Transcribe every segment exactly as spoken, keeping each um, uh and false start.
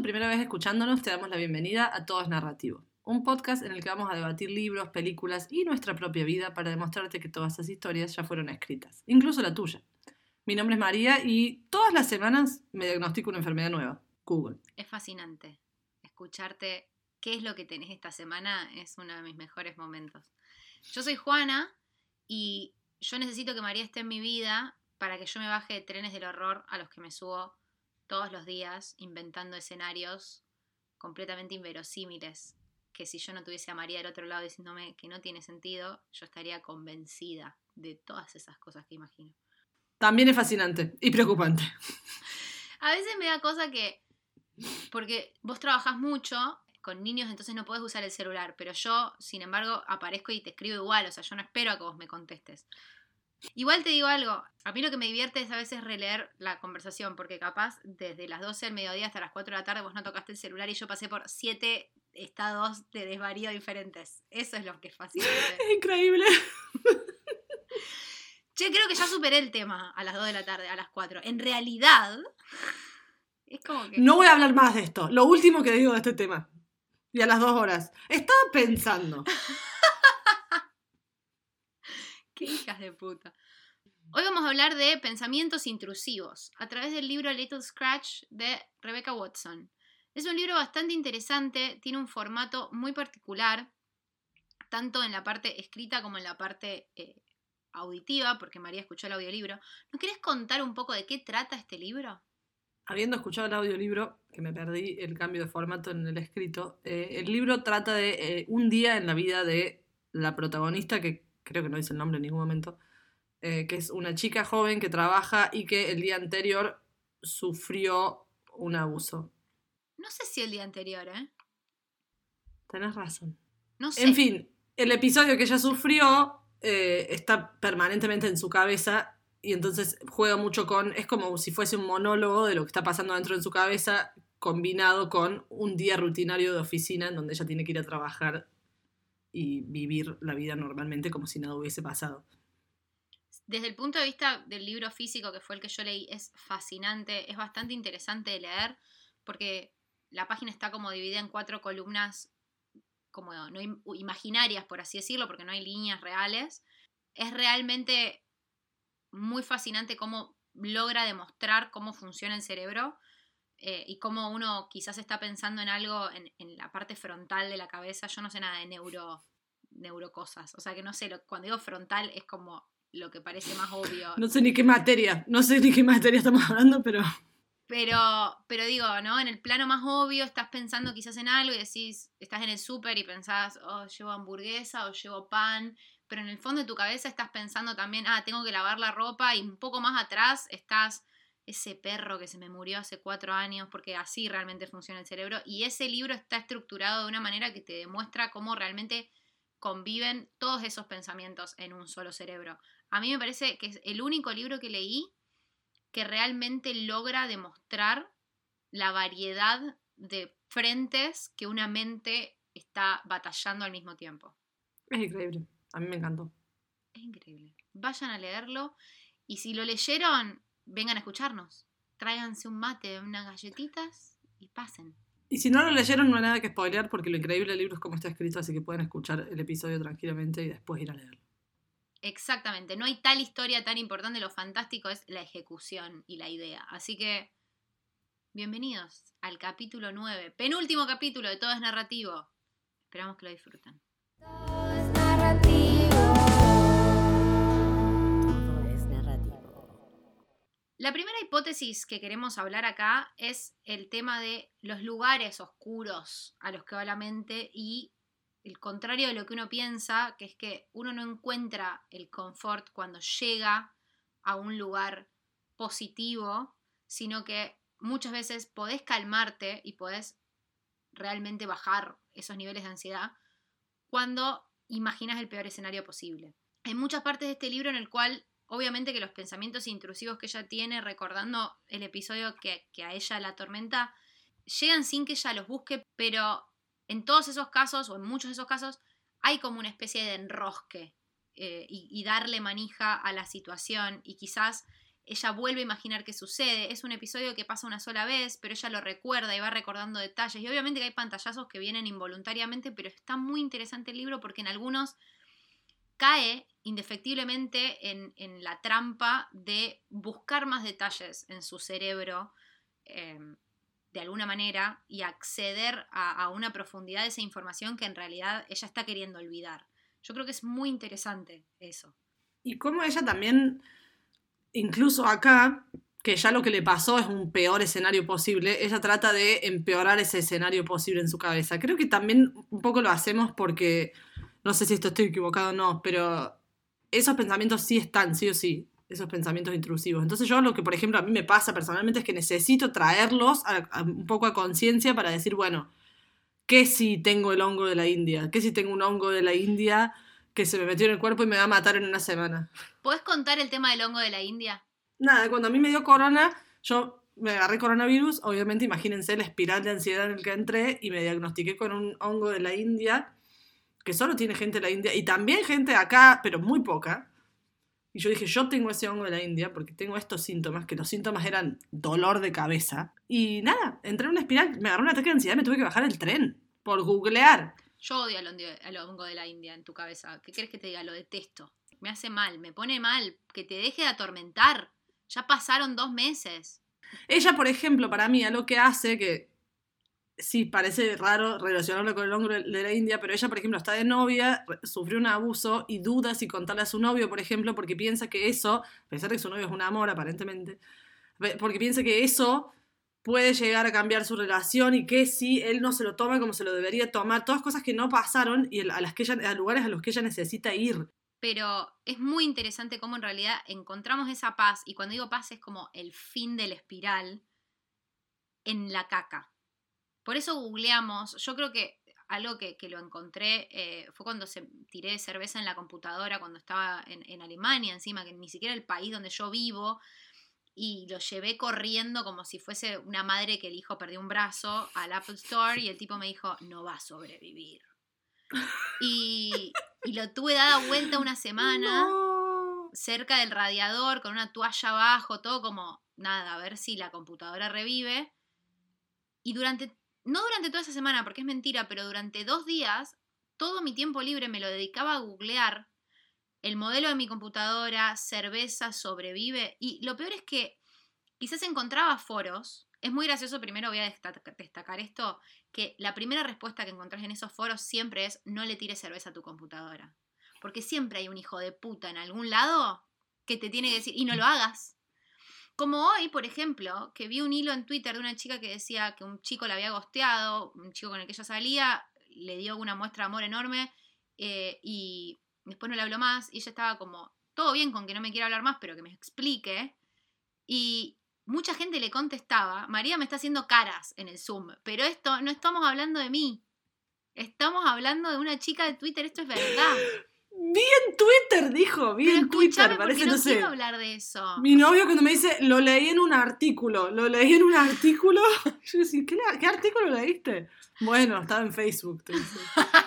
primera vez escuchándonos, te damos la bienvenida a Todo es Narrativo, un podcast en el que vamos a debatir libros, películas y nuestra propia vida para demostrarte que todas esas historias ya fueron escritas, incluso la tuya. Mi nombre es María y todas las semanas me diagnostico una enfermedad nueva, Google. Es fascinante escucharte qué es lo que tenés esta semana, es uno de mis mejores momentos. Yo soy Juana y yo necesito que María esté en mi vida para que yo me baje de trenes del horror a los que me subo todos los días inventando escenarios completamente inverosímiles, que si yo no tuviese a María del otro lado diciéndome que no tiene sentido, yo estaría convencida de todas esas cosas que imagino. También es fascinante y preocupante. A veces me da cosa que, porque vos trabajás mucho con niños, entonces no podés usar el celular, pero yo, sin embargo, aparezco y te escribo igual, o sea, yo no espero a que vos me contestes. Igual te digo algo, a mí lo que me divierte es a veces releer la conversación, porque capaz desde las doce del mediodía hasta las cuatro de la tarde vos no tocaste el celular y yo pasé por siete estados de desvarío diferentes. Eso es lo que es fascinante. Es increíble. Che, creo que ya superé el tema a las dos de la tarde, a las cuatro. En realidad, es como que... No voy a hablar más de esto. Lo último que digo de este tema. Y a las dos horas. Estaba pensando. ¡Qué hijas de puta! Hoy vamos a hablar de pensamientos intrusivos a través del libro Little Scratch de Rebecca Watson. Es un libro bastante interesante, tiene un formato muy particular, tanto en la parte escrita como en la parte eh, auditiva, porque María escuchó el audiolibro. ¿No querés contar un poco de qué trata este libro? Habiendo escuchado el audiolibro, que me perdí el cambio de formato en el escrito, eh, el libro trata de eh, un día en la vida de la protagonista, que creo que no dice el nombre en ningún momento, eh, que es una chica joven que trabaja y que el día anterior sufrió un abuso. No sé si el día anterior, ¿eh? Tenés razón. No sé. En fin, el episodio que ella sufrió eh, está permanentemente en su cabeza y entonces juega mucho con... Es como si fuese un monólogo de lo que está pasando dentro de su cabeza combinado con un día rutinario de oficina en donde ella tiene que ir a trabajar y vivir la vida normalmente como si nada hubiese pasado. Desde el punto de vista del libro físico, que fue el que yo leí, es fascinante, es bastante interesante de leer, porque la página está como dividida en cuatro columnas como no imaginarias, por así decirlo, porque no hay líneas reales. Es realmente muy fascinante cómo logra demostrar cómo funciona el cerebro eh, y cómo uno quizás está pensando en algo en, en la parte frontal de la cabeza. Yo no sé nada de neuro, neurocosas, o sea que no sé, lo, cuando digo frontal es como lo que parece más obvio. No sé ni qué materia, no sé ni qué materia estamos hablando, pero... Pero, pero digo, ¿no? En el plano más obvio estás pensando quizás en algo y decís, estás en el súper y pensás, oh, llevo hamburguesa o llevo pan, pero en el fondo de tu cabeza estás pensando también, ah, tengo que lavar la ropa, y un poco más atrás estás ese perro que se me murió hace cuatro años, porque así realmente funciona el cerebro, y ese libro está estructurado de una manera que te demuestra cómo realmente conviven todos esos pensamientos en un solo cerebro. A mí me parece que es el único libro que leí que realmente logra demostrar la variedad de frentes que una mente está batallando al mismo tiempo. Es increíble, a mí me encantó. Es increíble. Vayan a leerlo y si lo leyeron, vengan a escucharnos. Tráiganse un mate, unas galletitas y pasen. Y si no lo leyeron, no hay nada que spoilear porque lo increíble del libro es cómo está escrito, así que pueden escuchar el episodio tranquilamente y después ir a leerlo. Exactamente, no hay tal historia tan importante, lo fantástico es la ejecución y la idea. Así que, bienvenidos al capítulo nueve, penúltimo capítulo de Todo es Narrativo. Esperamos que lo disfruten. Todo es narrativo. Todo es narrativo. La primera hipótesis que queremos hablar acá es el tema de los lugares oscuros a los que va la mente y el contrario de lo que uno piensa, que es que uno no encuentra el confort cuando llega a un lugar positivo, sino que muchas veces podés calmarte y podés realmente bajar esos niveles de ansiedad cuando imaginas el peor escenario posible. Hay muchas partes de este libro en el cual, obviamente que los pensamientos intrusivos que ella tiene, recordando el episodio que, que a ella la atormenta, llegan sin que ella los busque, pero en todos esos casos, o en muchos de esos casos, hay como una especie de enrosque eh, y, y darle manija a la situación y quizás ella vuelve a imaginar qué sucede. Es un episodio que pasa una sola vez, pero ella lo recuerda y va recordando detalles. Y obviamente que hay pantallazos que vienen involuntariamente, pero está muy interesante el libro porque en algunos cae indefectiblemente en, en la trampa de buscar más detalles en su cerebro, eh, de alguna manera, y acceder a, a una profundidad de esa información que en realidad ella está queriendo olvidar. Yo creo que es muy interesante eso. Y cómo ella también, incluso acá, que ya lo que le pasó es un peor escenario posible, ella trata de empeorar ese escenario posible en su cabeza. Creo que también un poco lo hacemos porque, no sé si esto estoy equivocado o no, pero esos pensamientos sí están, sí o sí, esos pensamientos intrusivos. Entonces yo lo que, por ejemplo, a mí me pasa personalmente es que necesito traerlos a, a, un poco a conciencia para decir, bueno, ¿qué si tengo el hongo de la India? ¿Qué si tengo un hongo de la India que se me metió en el cuerpo y me va a matar en una semana? ¿Podés contar el tema del hongo de la India? Nada, cuando a mí me dio corona, yo me agarré coronavirus, obviamente imagínense la espiral de ansiedad en el que entré y me diagnostiqué con un hongo de la India, que solo tiene gente de la India, y también gente de acá, pero muy poca. Y yo dije, yo tengo ese hongo de la India porque tengo estos síntomas, que los síntomas eran dolor de cabeza. Y nada, entré en una espiral, me agarró un ataque de ansiedad y me tuve que bajar el tren por googlear. Yo odio al hongo, al hongo de la India en tu cabeza. ¿Qué querés que te diga? Lo detesto. Me hace mal, me pone mal. Que te deje de atormentar. Ya pasaron dos meses. Ella, por ejemplo, para mí, algo que hace que sí, parece raro relacionarlo con el hongo de la India, pero ella, por ejemplo, está de novia, sufrió un abuso y duda si contarle a su novio, por ejemplo, porque piensa que eso, a pesar de que su novio es un amor, aparentemente, porque piensa que eso puede llegar a cambiar su relación y que si él no se lo toma como se lo debería tomar, todas cosas que no pasaron y a, las que ella, a lugares a los que ella necesita ir. Pero es muy interesante cómo en realidad encontramos esa paz, y cuando digo paz es como el fin de la espiral, en la caca. Por eso googleamos, yo creo que algo que, que lo encontré eh, fue cuando se, tiré cerveza en la computadora, cuando estaba en, en Alemania encima, que ni siquiera el país donde yo vivo, y lo llevé corriendo como si fuese una madre que el hijo perdió un brazo al Apple Store, y el tipo me dijo, no va a sobrevivir. Y, y lo tuve dada vuelta una semana, no. cerca del radiador, con una toalla abajo, todo como, nada, a ver si la computadora revive. Y durante... No durante toda esa semana, porque es mentira, pero durante dos días, todo mi tiempo libre me lo dedicaba a googlear el modelo de mi computadora, cerveza, sobrevive. Y lo peor es que quizás encontraba foros. Es muy gracioso, primero voy a destacar esto, que la primera respuesta que encontrás en esos foros siempre es no le tires cerveza a tu computadora. Porque siempre hay un hijo de puta en algún lado que te tiene que decir, y no lo hagas. Como hoy, por ejemplo, que vi un hilo en Twitter de una chica que decía que un chico la había gosteado, un chico con el que ella salía, le dio una muestra de amor enorme, eh, y después no le habló más, y ella estaba como, todo bien con que no me quiera hablar más, pero que me explique. Y mucha gente le contestaba, María me está haciendo caras en el Zoom, pero esto, no estamos hablando de mí, estamos hablando de una chica de Twitter, esto es verdad. Vi en Twitter, dijo, vi Pero en Twitter, parece, no, no sé. quiero hablar de eso. Mi novio cuando me dice, lo leí en un artículo, lo leí en un artículo, yo decía, ¿qué, ¿qué artículo leíste? Bueno, estaba en Facebook, te dice.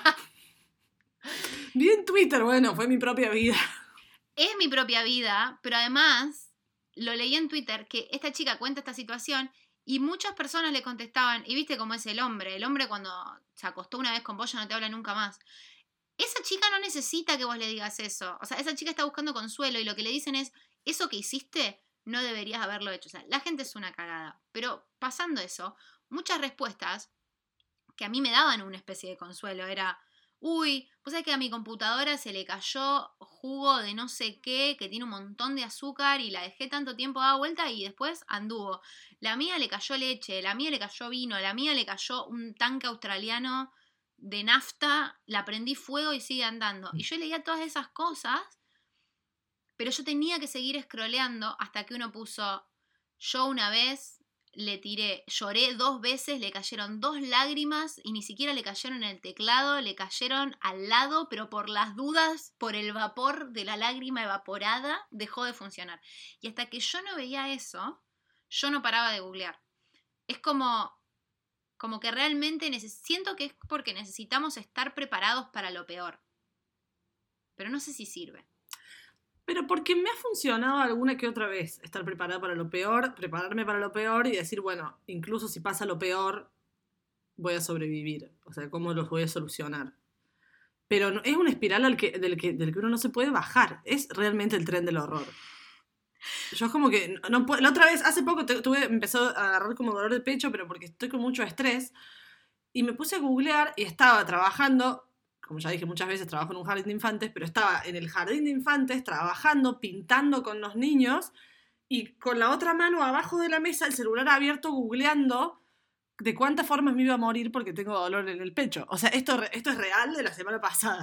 Vi en Twitter, bueno, fue mi propia vida. Es mi propia vida, pero además lo leí en Twitter que esta chica cuenta esta situación y muchas personas le contestaban, y viste cómo es el hombre, el hombre cuando se acostó una vez con vos ya no te habla nunca más. Esa chica no necesita que vos le digas eso. O sea, esa chica está buscando consuelo y lo que le dicen es, eso que hiciste no deberías haberlo hecho. O sea, la gente es una cagada. Pero pasando eso, muchas respuestas que a mí me daban una especie de consuelo era, uy, vos sabés que a mi computadora se le cayó jugo de no sé qué, que tiene un montón de azúcar y la dejé tanto tiempo dada vuelta y después anduvo. La mía le cayó leche, la mía le cayó vino, la mía le cayó un tanque australiano de nafta, la prendí fuego y sigue andando. Y yo leía todas esas cosas, pero yo tenía que seguir scrolleando hasta que uno puso, yo una vez le tiré, lloré dos veces, le cayeron dos lágrimas y ni siquiera le cayeron en el teclado, le cayeron al lado, pero por las dudas, por el vapor de la lágrima evaporada, dejó de funcionar. Y hasta que yo no veía eso, yo no paraba de googlear. Es como... Como que realmente neces- siento que es porque necesitamos estar preparados para lo peor. Pero no sé si sirve. Pero porque me ha funcionado alguna que otra vez estar preparada para lo peor, prepararme para lo peor y decir, bueno, incluso si pasa lo peor, voy a sobrevivir. O sea, ¿cómo los voy a solucionar? Pero no, es una espiral al que, del, que, del que uno no se puede bajar. Es realmente el tren del horror. Yo es como que, no, no puedo, la otra vez, hace poco te- tuve, me empezó a agarrar como dolor de pecho, pero porque estoy con mucho estrés, y me puse a googlear y estaba trabajando, como ya dije muchas veces, trabajo en un jardín de infantes, pero estaba en el jardín de infantes trabajando, pintando con los niños, y con la otra mano abajo de la mesa, el celular abierto, googleando de cuántas formas me iba a morir porque tengo dolor en el pecho. O sea, esto, esto es real de la semana pasada.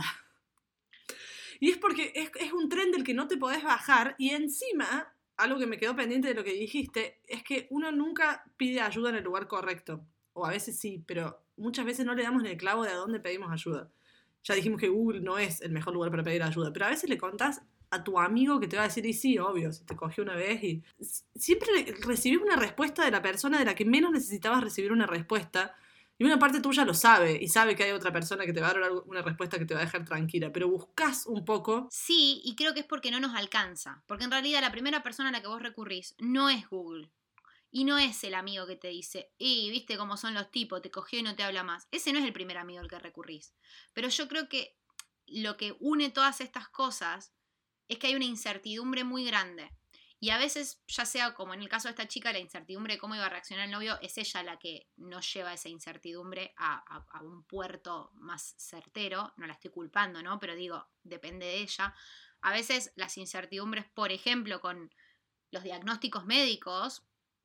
Y es porque es, es un tren del que no te podés bajar y encima, algo que me quedó pendiente de lo que dijiste, es que uno nunca pide ayuda en el lugar correcto. O a veces sí, pero muchas veces no le damos en el clavo de a dónde pedimos ayuda. Ya dijimos que Google no es el mejor lugar para pedir ayuda, pero a veces le contás a tu amigo que te va a decir, y sí, obvio, se te cogió una vez y... Siempre recibís una respuesta de la persona de la que menos necesitabas recibir una respuesta. Y una parte tuya lo sabe, y sabe que hay otra persona que te va a dar una respuesta que te va a dejar tranquila, pero buscas un poco... Sí, y creo que es porque no nos alcanza. Porque en realidad la primera persona a la que vos recurrís no es Google. Y no es el amigo que te dice, y viste cómo son los tipos, te cogió y no te habla más. Ese no es el primer amigo al que recurrís. Pero yo creo que lo que une todas estas cosas es que hay una incertidumbre muy grande. Y a veces, ya sea como en el caso de esta chica, la incertidumbre de cómo iba a reaccionar el novio, es ella la que nos lleva esa incertidumbre a, a, a un puerto más certero. No la estoy culpando, ¿no? Pero digo, depende de ella. A veces las incertidumbres, por ejemplo, con los diagnósticos médicos,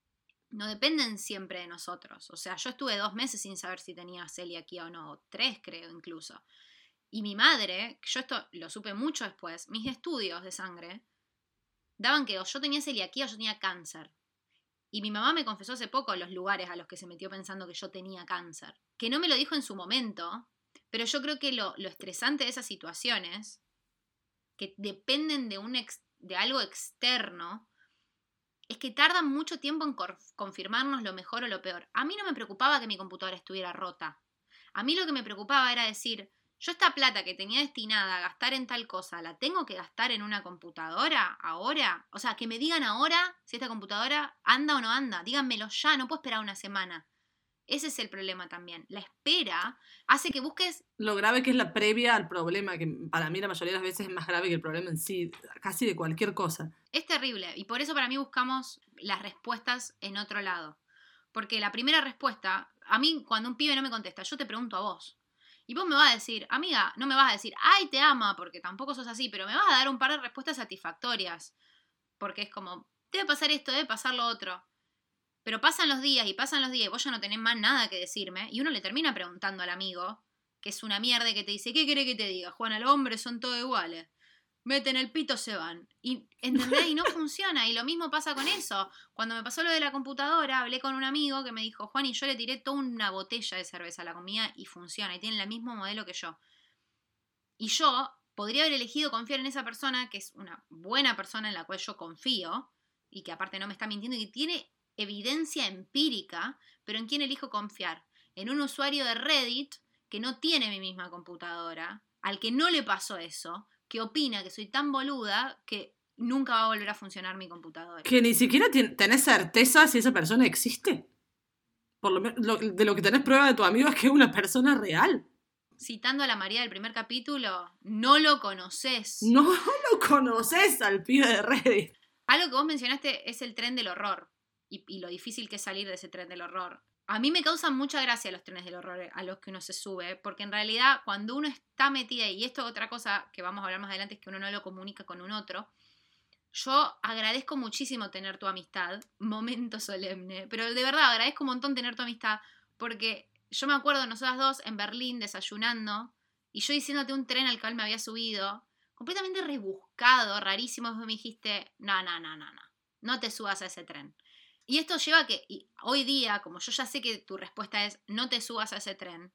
no dependen siempre de nosotros. O sea, yo estuve dos meses sin saber si tenía celiaquía o no, tres creo incluso. Y mi madre, yo esto lo supe mucho después, mis estudios de sangre daban que o yo tenía celiaquía o yo tenía cáncer. Y mi mamá me confesó hace poco los lugares a los que se metió pensando que yo tenía cáncer. Que no me lo dijo en su momento, pero yo creo que lo, lo estresante de esas situaciones, que dependen de, un ex, de algo externo, es que tardan mucho tiempo en confirmarnos lo mejor o lo peor. A mí no me preocupaba que mi computadora estuviera rota. A mí lo que me preocupaba era decir, yo esta plata que tenía destinada a gastar en tal cosa, ¿la tengo que gastar en una computadora ahora? O sea, que me digan ahora si esta computadora anda o no anda. Díganmelo ya, no puedo esperar una semana. Ese es el problema también. La espera hace que busques... Lo grave que es la previa al problema, que para mí la mayoría de las veces es más grave que el problema en sí, casi de cualquier cosa. Es terrible, y por eso para mí buscamos las respuestas en otro lado. Porque la primera respuesta, a mí cuando un pibe no me contesta, yo te pregunto a vos. Y vos me vas a decir, amiga, no me vas a decir, ay, te ama, porque tampoco sos así, pero me vas a dar un par de respuestas satisfactorias. Porque es como, debe pasar esto, debe pasar lo otro. Pero pasan los días y pasan los días y vos ya no tenés más nada que decirme. Y uno le termina preguntando al amigo, que es una mierda que te dice, ¿qué querés que te diga? Juan, los hombres son todos iguales. Meten el pito, se van. Y, ¿entendés? Y no funciona. Y lo mismo pasa con eso. Cuando me pasó lo de la computadora, hablé con un amigo que me dijo, Juan, y yo le tiré toda una botella de cerveza a la comida y funciona. Y tienen el mismo modelo que yo. Y yo podría haber elegido confiar en esa persona, que es una buena persona en la cual yo confío, y que aparte no me está mintiendo, y que tiene evidencia empírica, pero ¿en quién elijo confiar? En un usuario de Reddit que no tiene mi misma computadora, al que no le pasó eso, que opina que soy tan boluda que nunca va a volver a funcionar mi computadora. Que ni siquiera tenés certeza si esa persona existe. Por lo menos lo, de lo que tenés prueba de tu amigo es que es una persona real. Citando a la María del primer capítulo, no lo conoces. No lo conoces al pibe de Reddit. Algo que vos mencionaste es el tren del horror y, y lo difícil que es salir de ese tren del horror. A mí me causan mucha gracia los trenes del horror a los que uno se sube, porque en realidad cuando uno está metida, y esto es otra cosa que vamos a hablar más adelante, es que uno no lo comunica con un otro. Yo agradezco muchísimo tener tu amistad, momento solemne, pero de verdad agradezco un montón tener tu amistad, porque yo me acuerdo de nosotras dos en Berlín desayunando, y yo diciéndote un tren al cual me había subido, completamente rebuscado, rarísimo, y vos me dijiste, no, no, no, no, no, no te subas a ese tren. Y esto lleva a que y hoy día, como yo ya sé que tu respuesta es no te subas a ese tren,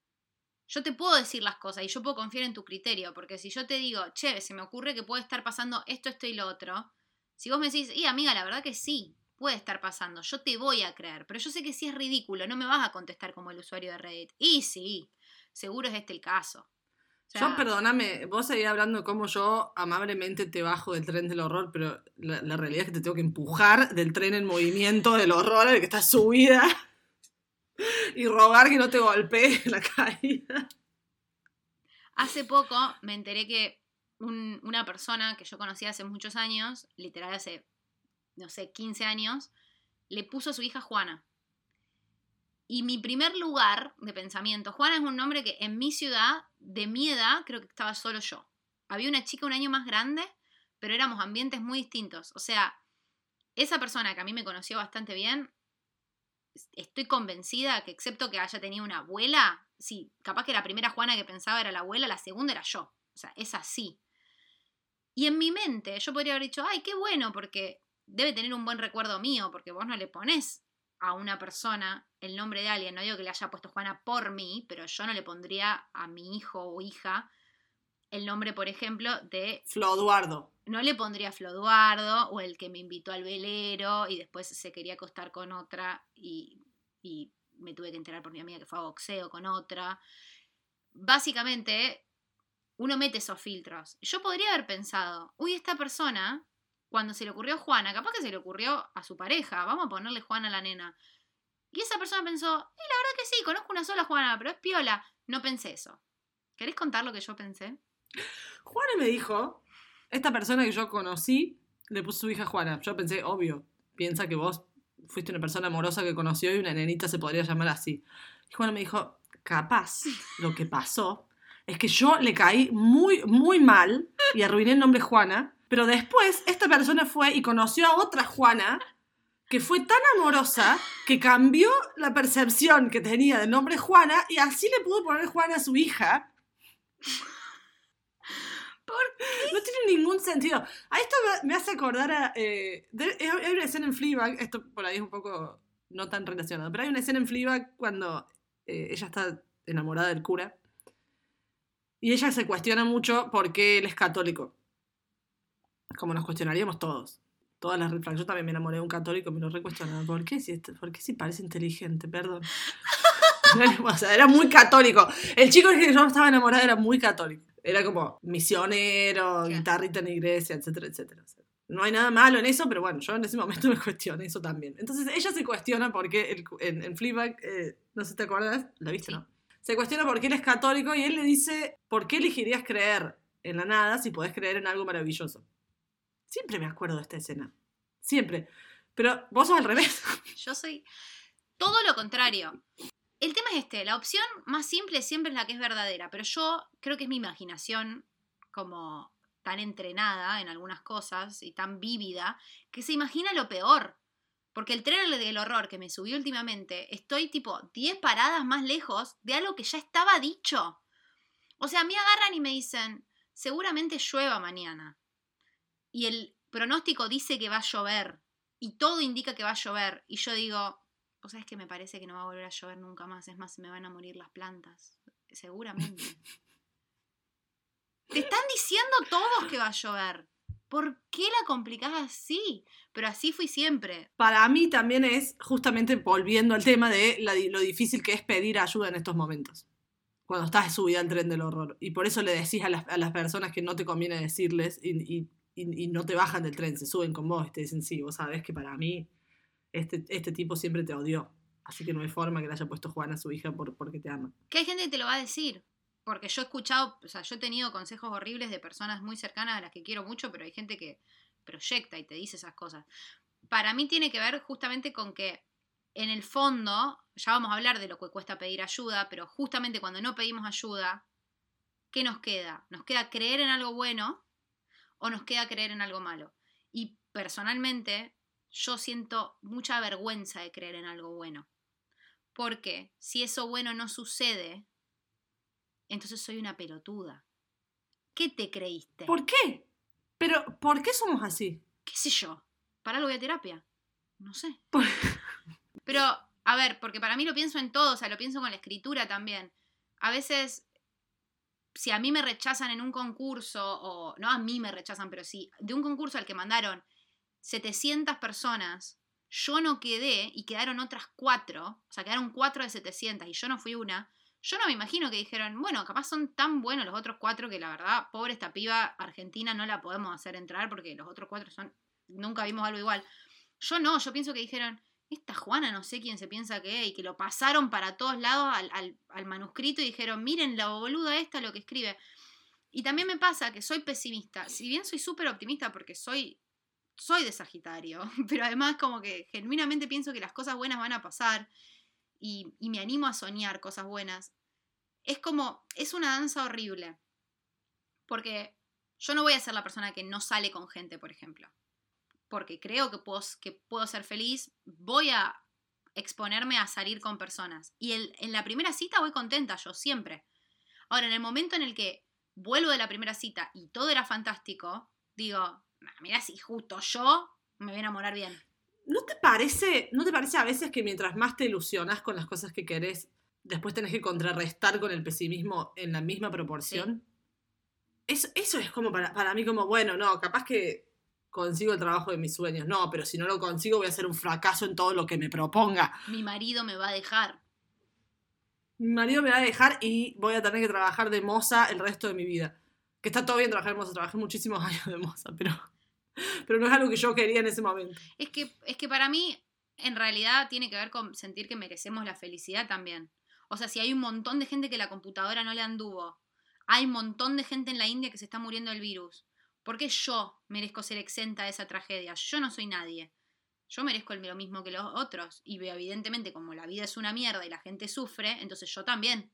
yo te puedo decir las cosas y yo puedo confiar en tu criterio, porque si yo te digo, che, se me ocurre que puede estar pasando esto, esto y lo otro, si vos me decís, y amiga, la verdad que sí, puede estar pasando, yo te voy a creer, pero yo sé que sí es ridículo, no me vas a contestar como el usuario de Reddit. Y sí, seguro es este el caso. sea, Yo, perdóname, vos seguís hablando de cómo yo amablemente te bajo del tren del horror, pero la, la realidad es que te tengo que empujar del tren en movimiento del horror al que estás subida y rogar que no te golpee en la caída. hace poco me enteré que un- una persona que yo conocí hace muchos años, literal hace, no sé, quince años, le puso a su hija Juana. Y mi primer lugar de pensamiento, Juana es un nombre que en mi ciudad, de mi edad, creo que estaba solo yo. Había una chica un año más grande, pero éramos ambientes muy distintos. O sea, esa persona que a mí me conoció bastante bien, estoy convencida que excepto que haya tenido una abuela, sí, capaz que la primera Juana que pensaba era la abuela, la segunda era yo. O sea, es así. Y en mi mente yo podría haber dicho, ay, qué bueno, porque debe tener un buen recuerdo mío, porque vos no le ponés a una persona el nombre de alguien, no digo que le haya puesto Juana por mí, pero yo no le pondría a mi hijo o hija el nombre, por ejemplo, de... Flo Eduardo. No le pondría Floduardo o el que me invitó al velero y después se quería acostar con otra y, y me tuve que enterar por mi amiga que fue a boxeo con otra. Básicamente, uno mete esos filtros. Yo podría haber pensado, uy, esta persona, cuando se le ocurrió Juana, capaz que se le ocurrió a su pareja, vamos a ponerle Juana a la nena. Y esa persona pensó, eh, la verdad que sí, conozco una sola Juana, pero es piola. No pensé eso. ¿Querés contar lo que yo pensé? Juana me dijo, esta persona que yo conocí le puso su hija Juana. Yo pensé, obvio, piensa que vos fuiste una persona amorosa que conoció y una nenita se podría llamar así. Y Juana me dijo, capaz lo que pasó es que yo le caí muy, muy mal y arruiné el nombre Juana, pero después esta persona fue y conoció a otra Juana que fue tan amorosa que cambió la percepción que tenía del nombre Juana y así le pudo poner Juana a su hija. ¿Por No tiene ningún sentido. A esto me- me hace acordar a... eh, de- hay una escena en Fleabag, esto por ahí es un poco no tan relacionado, pero hay una escena en Fleabag cuando eh, ella está enamorada del cura y ella se cuestiona mucho por qué él es católico. Como nos cuestionaríamos todos. Todas las red flags. Yo también me enamoré de un católico, me lo recuestionaba. ¿Por qué si, este- ¿por qué si parece inteligente? Perdón. O sea, era muy católico. El chico del que yo estaba enamorada era muy católico. Era como misionero, Claro. guitarrita en la iglesia, etcétera, etcétera. O sea, no hay nada malo en eso, pero bueno, yo en ese momento me cuestioné eso también. Entonces ella se cuestiona por qué el- en, en Fleabag, eh, no sé si te acuerdas, ¿la viste, Sí. no? Se cuestiona por qué él es católico y él le dice, ¿por qué elegirías creer en la nada si podés creer en algo maravilloso? Siempre me acuerdo de esta escena. Siempre. Pero vos sos al revés. Yo soy todo lo contrario. El tema es este, la opción más simple siempre es la que es verdadera, pero yo creo que es mi imaginación como tan entrenada en algunas cosas y tan vívida que se imagina lo peor. Porque el tren del horror que me subí últimamente, estoy tipo diez paradas más lejos de algo que ya estaba dicho. O sea, a mí agarran y me dicen, seguramente llueva mañana. Y el pronóstico dice que va a llover. Y todo indica que va a llover. Y yo digo, vos sabés que me parece que no va a volver a llover nunca más. Es más, se me van a morir las plantas. Seguramente. Te están diciendo todos que va a llover. ¿Por qué la complicás así? Pero así fui siempre. Para mí también es justamente volviendo al tema de la- lo difícil que es pedir ayuda en estos momentos. Cuando estás subida al tren del horror. Y por eso le decís a las, a las personas que no te conviene decirles y, y- y- y no te bajan del tren, se suben con vos y te dicen, sí, vos sabés que para mí este, este tipo siempre te odió. Así que no hay forma que le haya puesto Juana a su hija por, porque te ama. Que hay gente que te lo va a decir. Porque yo he escuchado, o sea, yo he tenido consejos horribles de personas muy cercanas a las que quiero mucho, pero hay gente que proyecta y te dice esas cosas. Para mí tiene que ver justamente con que en el fondo, ya vamos a hablar de lo que cuesta pedir ayuda, pero justamente cuando no pedimos ayuda, ¿qué nos queda? ¿Nos queda creer en algo bueno o nos queda creer en algo malo? Y personalmente, yo siento mucha vergüenza de creer en algo bueno. Porque si eso bueno no sucede, entonces soy una pelotuda. ¿Qué te creíste? ¿Por qué? Pero, ¿por qué somos así? ¿Qué sé yo? ¿Para algo voy a terapia? No sé. Por- Pero, a ver, porque para mí lo pienso en todo, o sea, lo pienso con la escritura también. A veces, si a mí me rechazan en un concurso, o no a mí me rechazan, pero sí, de un concurso al que mandaron setecientas personas, yo no quedé y quedaron otras cuatro, o sea, quedaron cuatro de setecientas y yo no fui una, Yo no me imagino que dijeron, bueno, capaz son tan buenos los otros cuatro que la verdad, pobre esta piba argentina, no la podemos hacer entrar porque los otros cuatro son, nunca vimos algo igual. Yo no, yo pienso que dijeron, esta Juana no sé quién se piensa que es, y que lo pasaron para todos lados al, al, al manuscrito y dijeron, miren la boluda esta lo que escribe. Y también me pasa que soy pesimista, si bien soy súper optimista porque soy, soy de Sagitario, pero además como que genuinamente pienso que las cosas buenas van a pasar y, y me animo a soñar cosas buenas. Es como, es una danza horrible, porque yo no voy a ser la persona que no sale con gente, por ejemplo, porque creo que puedo, que puedo ser feliz, voy a exponerme a salir con personas. Y el, en la primera cita voy contenta, yo siempre. Ahora, en el momento en el que vuelvo de la primera cita y todo era fantástico, digo, nah, mira si justo yo me voy a enamorar bien. ¿No te parece, ¿No te parece a veces que mientras más te ilusionas con las cosas que querés, después tenés que contrarrestar con el pesimismo en la misma proporción? Sí. Eso, eso es como para, para mí como, bueno, no, capaz que consigo el trabajo de mis sueños. No, pero si no lo consigo voy a ser un fracaso en todo lo que me proponga. Mi marido me va a dejar. Mi marido me va a dejar y voy a tener que trabajar de moza el resto de mi vida. Que está todo bien trabajar de moza, trabajé muchísimos años de moza, pero, pero no es algo que yo quería en ese momento. Es que, es que para mí, en realidad, tiene que ver con sentir que merecemos la felicidad también. O sea, si hay un montón de gente que la computadora no le anduvo, hay un montón de gente en la India que se está muriendo del virus, ¿por qué yo merezco ser exenta de esa tragedia? Yo no soy nadie. Yo merezco lo mismo que los otros. Y evidentemente, como la vida es una mierda y la gente sufre, entonces yo también.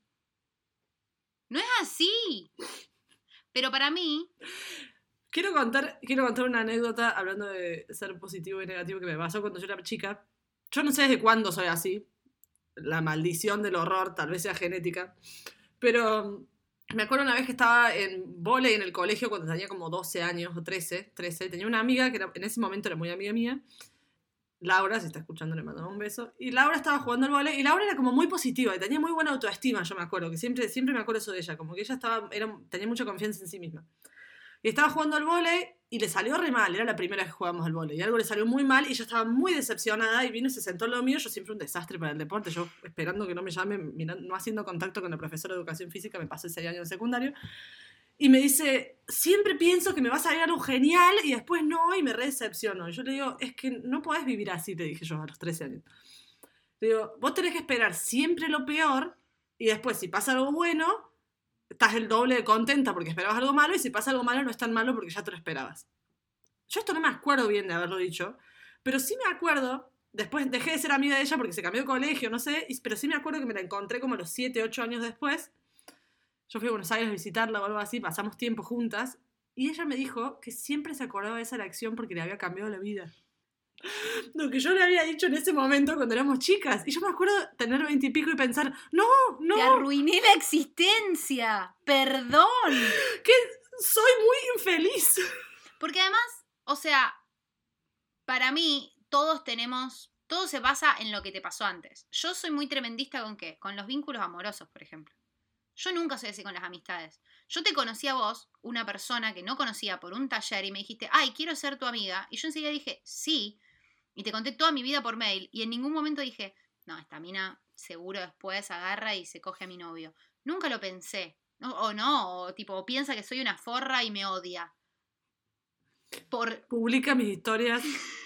No es así. Pero para mí... Quiero contar, quiero contar una anécdota hablando de ser positivo y negativo que me pasó cuando yo era chica. Yo no sé desde cuándo soy así. La maldición del horror, tal vez sea genética. Pero me acuerdo una vez que estaba en vóley en el colegio cuando tenía como doce años o trece. trece. Tenía una amiga que era, en ese momento era muy amiga mía. Laura, si está escuchando, le mandamos un beso. Y Laura estaba jugando al vóley y Laura era como muy positiva y tenía muy buena autoestima, yo me acuerdo, que siempre, siempre me acuerdo eso de ella, como que ella estaba, era, tenía mucha confianza en sí misma. Y estaba jugando al vóley y le salió re mal, era la primera vez que jugábamos al vóley, y algo le salió muy mal y ella estaba muy decepcionada y vino y se sentó al lado mío. Yo siempre un desastre para el deporte, yo esperando que no me llame, mirando, no haciendo contacto con la profesora de educación física, me pasé seis años en secundario. Y me dice, siempre pienso que me va a salir algo genial y después no, y me re decepciono. Y yo le digo, es que no podés vivir así, te dije yo a los trece años. Le digo, vos tenés que esperar siempre lo peor y después si pasa algo bueno, estás el doble de contenta porque esperabas algo malo, y si pasa algo malo no es tan malo porque ya te lo esperabas. Yo esto no me acuerdo bien de haberlo dicho, pero sí me acuerdo, después dejé de ser amiga de ella porque se cambió de colegio, no sé, pero sí me acuerdo que me la encontré como a los siete, ocho años después. Yo fui a Buenos Aires a visitarla o algo así, pasamos tiempo juntas, y ella me dijo que siempre se acordaba de esa lección porque le había cambiado la vida. Lo que yo le había dicho en ese momento cuando éramos chicas. Y yo me acuerdo tener veintipico y pensar, no, no. Te arruiné la existencia, perdón. Que soy muy infeliz. Porque además, o sea, para mí todos tenemos, todo se basa en lo que te pasó antes. Yo soy muy tremendista con ¿qué? Con los vínculos amorosos, por ejemplo. Yo nunca soy así con las amistades. Yo te conocí a vos, una persona que no conocía por un taller, y me dijiste, ay, quiero ser tu amiga. Y yo enseguida dije, sí. Y te conté toda mi vida por mail. Y en ningún momento dije, no, esta mina seguro después agarra y se coge a mi novio. Nunca lo pensé. No, o no, o tipo, piensa que soy una forra y me odia. Por... Publica mis historias.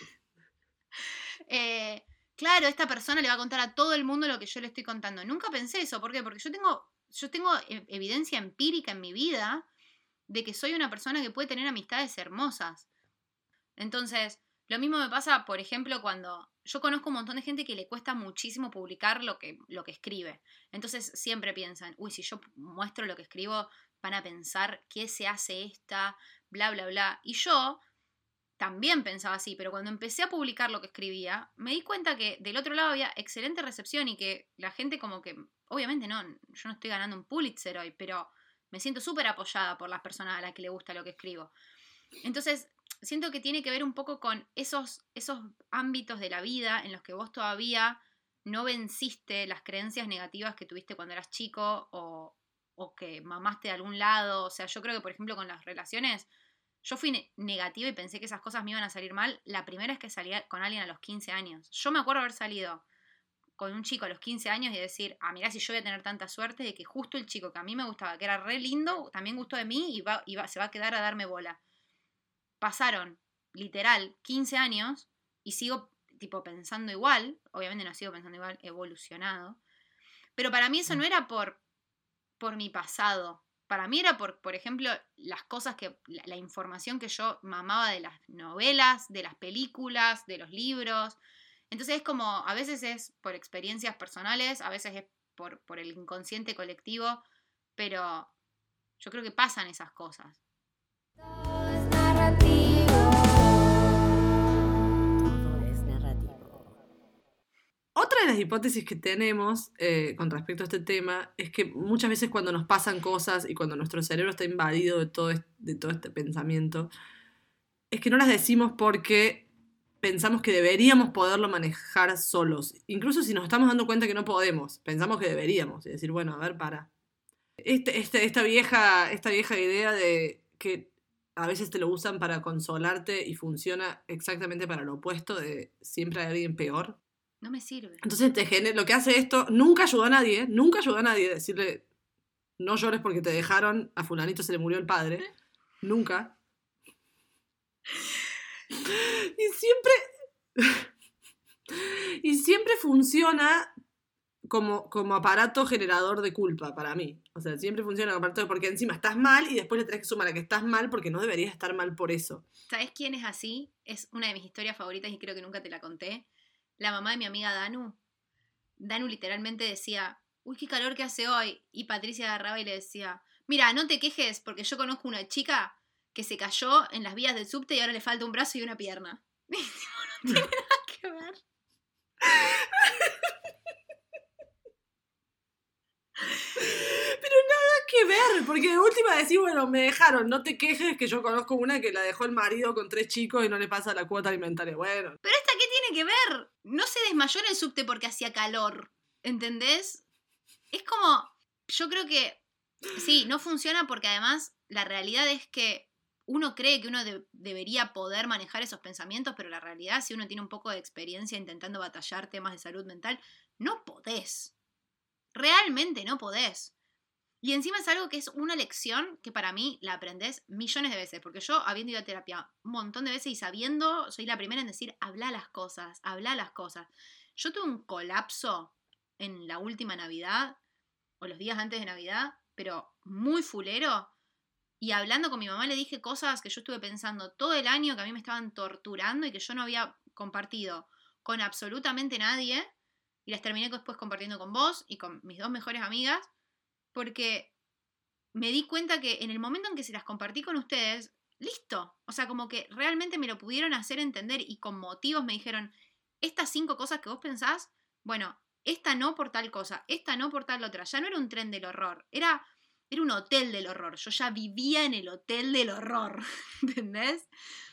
eh, claro, esta persona le va a contar a todo el mundo lo que yo le estoy contando. Nunca pensé eso. ¿Por qué? Porque yo tengo... Yo tengo evidencia empírica en mi vida de que soy una persona que puede tener amistades hermosas. Entonces, lo mismo me pasa, por ejemplo, cuando yo conozco un montón de gente que le cuesta muchísimo publicar lo que, lo que escribe. Entonces, siempre piensan, uy, si yo muestro lo que escribo, van a pensar qué se hace esta, bla, bla, bla. Y yo también pensaba así, pero cuando empecé a publicar lo que escribía, me di cuenta que del otro lado había excelente recepción y que la gente como que... Obviamente no, yo no estoy ganando un Pulitzer hoy, pero me siento súper apoyada por las personas a las que le gusta lo que escribo. Entonces, siento que tiene que ver un poco con esos, esos ámbitos de la vida en los que vos todavía no venciste las creencias negativas que tuviste cuando eras chico o, o que mamaste de algún lado. O sea, yo creo que, por ejemplo, con las relaciones, yo fui ne- negativa y pensé que esas cosas me iban a salir mal la primera vez que salí con alguien a los quince años. Yo me acuerdo haber salido con un chico a los quince años y decir, ah, mirá si yo voy a tener tanta suerte de que justo el chico que a mí me gustaba, que era re lindo, también gustó de mí y, va, y va, se va a quedar a darme bola. Pasaron, literal, quince años y sigo tipo pensando igual, obviamente no sigo pensando igual, he evolucionado, pero para mí eso no era por, por mi pasado, para mí era por, por ejemplo, las cosas que, la, la información que yo mamaba de las novelas, de las películas, de los libros. Entonces es como, a veces es por experiencias personales, a veces es por, por el inconsciente colectivo, pero yo creo que pasan esas cosas. Todo es narrativo. Todo es narrativo. Otra de las hipótesis que tenemos eh, con respecto a este tema es que muchas veces cuando nos pasan cosas y cuando nuestro cerebro está invadido de todo este, de todo este pensamiento, es que no las decimos porque pensamos que deberíamos poderlo manejar solos. Incluso si nos estamos dando cuenta que no podemos, pensamos que deberíamos. Y decir, bueno, a ver, para. Este, este, esta, vieja, esta vieja idea de que a veces te lo usan para consolarte y funciona exactamente para lo opuesto, de siempre hay alguien peor. No me sirve. Entonces te genera, lo que hace esto, nunca ayuda a nadie, ¿eh? Nunca ayuda a nadie decirle, no llores porque te dejaron, a fulanito se le murió el padre. Nunca. Y siempre. Y siempre funciona como, como aparato generador de culpa para mí. O sea, siempre funciona como aparato porque encima estás mal y después le tenés que sumar a que estás mal porque no deberías estar mal por eso. ¿Sabes quién es así? Es una de mis historias favoritas y creo que nunca te la conté. La mamá de mi amiga Danu. Danu literalmente decía, uy, qué calor que hace hoy. Y Patricia agarraba y le decía, mira, no te quejes porque yo conozco una chica que se cayó en las vías del subte y ahora le falta un brazo y una pierna. No tiene nada que ver. Pero nada que ver, porque de última decís, bueno, me dejaron, no te quejes que yo conozco una que la dejó el marido con tres chicos y no le pasa la cuota alimentaria. Bueno. Pero esta, ¿qué tiene que ver? No se desmayó en el subte porque hacía calor, ¿entendés? Es como, yo creo que, sí, no funciona porque además la realidad es que uno cree que uno de- debería poder manejar esos pensamientos, pero la realidad, si uno tiene un poco de experiencia intentando batallar temas de salud mental, no podés. Realmente no podés. Y encima es algo que es una lección que para mí la aprendés millones de veces, porque yo habiendo ido a terapia un montón de veces y sabiendo, soy la primera en decir, habla las cosas, habla las cosas. Yo tuve un colapso en la última Navidad, o los días antes de Navidad, pero muy fulero, y hablando con mi mamá le dije cosas que yo estuve pensando todo el año que a mí me estaban torturando y que yo no había compartido con absolutamente nadie, y las terminé después compartiendo con vos y con mis dos mejores amigas, porque me di cuenta que en el momento en que se las compartí con ustedes, listo, o sea, como que realmente me lo pudieron hacer entender y con motivos me dijeron, estas cinco cosas que vos pensás, bueno, esta no por tal cosa, esta no por tal otra, ya no era un tren del horror, era, era un hotel del horror, yo ya vivía en el hotel del horror, ¿entendés?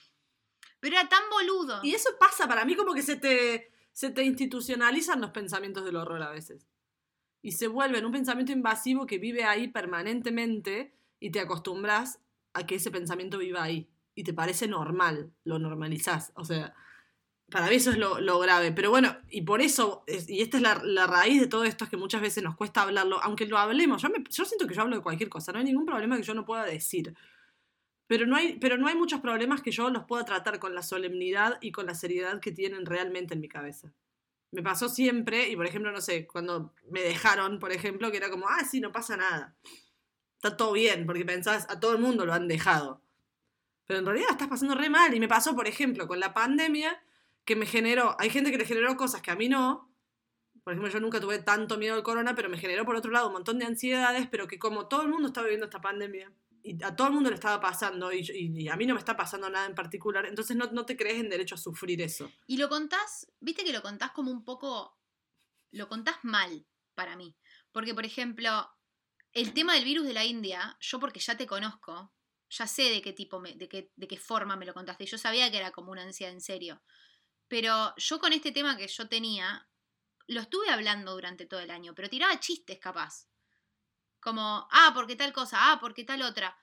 Pero era tan boludo. Y eso pasa, para mí como que se te, se te institucionalizan los pensamientos del horror a veces. Y se vuelven un pensamiento invasivo que vive ahí permanentemente y te acostumbras a que ese pensamiento viva ahí. Y te parece normal, lo normalizás. O sea, para mí eso es lo, lo grave. Pero bueno, y por eso, es- y esta es la, la raíz de todo esto, es que muchas veces nos cuesta hablarlo, aunque lo hablemos. Yo, me- yo siento que yo hablo de cualquier cosa, no hay ningún problema que yo no pueda decir. Pero no, hay, pero no hay muchos problemas que yo los pueda tratar con la solemnidad y con la seriedad que tienen realmente en mi cabeza. Me pasó siempre, y por ejemplo, no sé, cuando me dejaron, por ejemplo, que era como, ah, sí, no pasa nada. Está todo bien, porque pensás, a todo el mundo lo han dejado. Pero en realidad estás pasando re mal. Y me pasó, por ejemplo, con la pandemia, que me generó, hay gente que le generó cosas que a mí no. Por ejemplo, yo nunca tuve tanto miedo al corona, pero me generó por otro lado un montón de ansiedades, pero que como todo el mundo está viviendo esta pandemia, y a todo el mundo le estaba pasando, y, y- y a mí no me está pasando nada en particular, entonces no, no te crees en derecho a sufrir eso. Y lo contás, viste que lo contás como un poco, lo contás mal para mí. Porque, por ejemplo, el tema del virus de la India, yo porque ya te conozco, ya sé de qué tipo, me- de, qué, de qué forma me lo contaste. Yo sabía que era como una ansiedad en serio. Pero yo con este tema que yo tenía, lo estuve hablando durante todo el año, pero tiraba chistes capaz. Como, ah, porque tal cosa, ah, porque tal otra.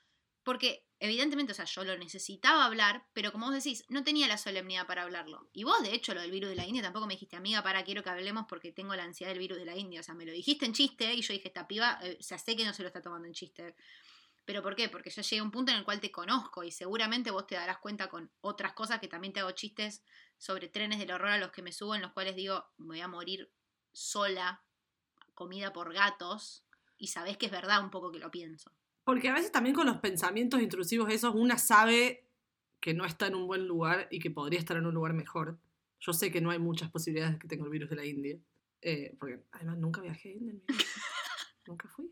porque evidentemente, o sea, yo lo necesitaba hablar, pero como vos decís, no tenía la solemnidad para hablarlo. Y vos, de hecho, lo del virus de la India, tampoco me dijiste, amiga, para, quiero que hablemos porque tengo la ansiedad del virus de la India. O sea, me lo dijiste en chiste y yo dije, esta piba, eh, o sea, sé que no se lo está tomando en chiste. ¿Pero por qué? Porque ya llegué a un punto en el cual te conozco y seguramente vos te darás cuenta con otras cosas que también te hago chistes sobre trenes del horror a los que me subo, en los cuales digo, me voy a morir sola, comida por gatos, y sabés que es verdad un poco que lo pienso. Porque a veces también con los pensamientos intrusivos esos, una sabe que no está en un buen lugar y que podría estar en un lugar mejor. Yo sé que no hay muchas posibilidades de que tenga el virus de la India. Eh, porque además nunca viajé a India. En mi vida. Nunca fui.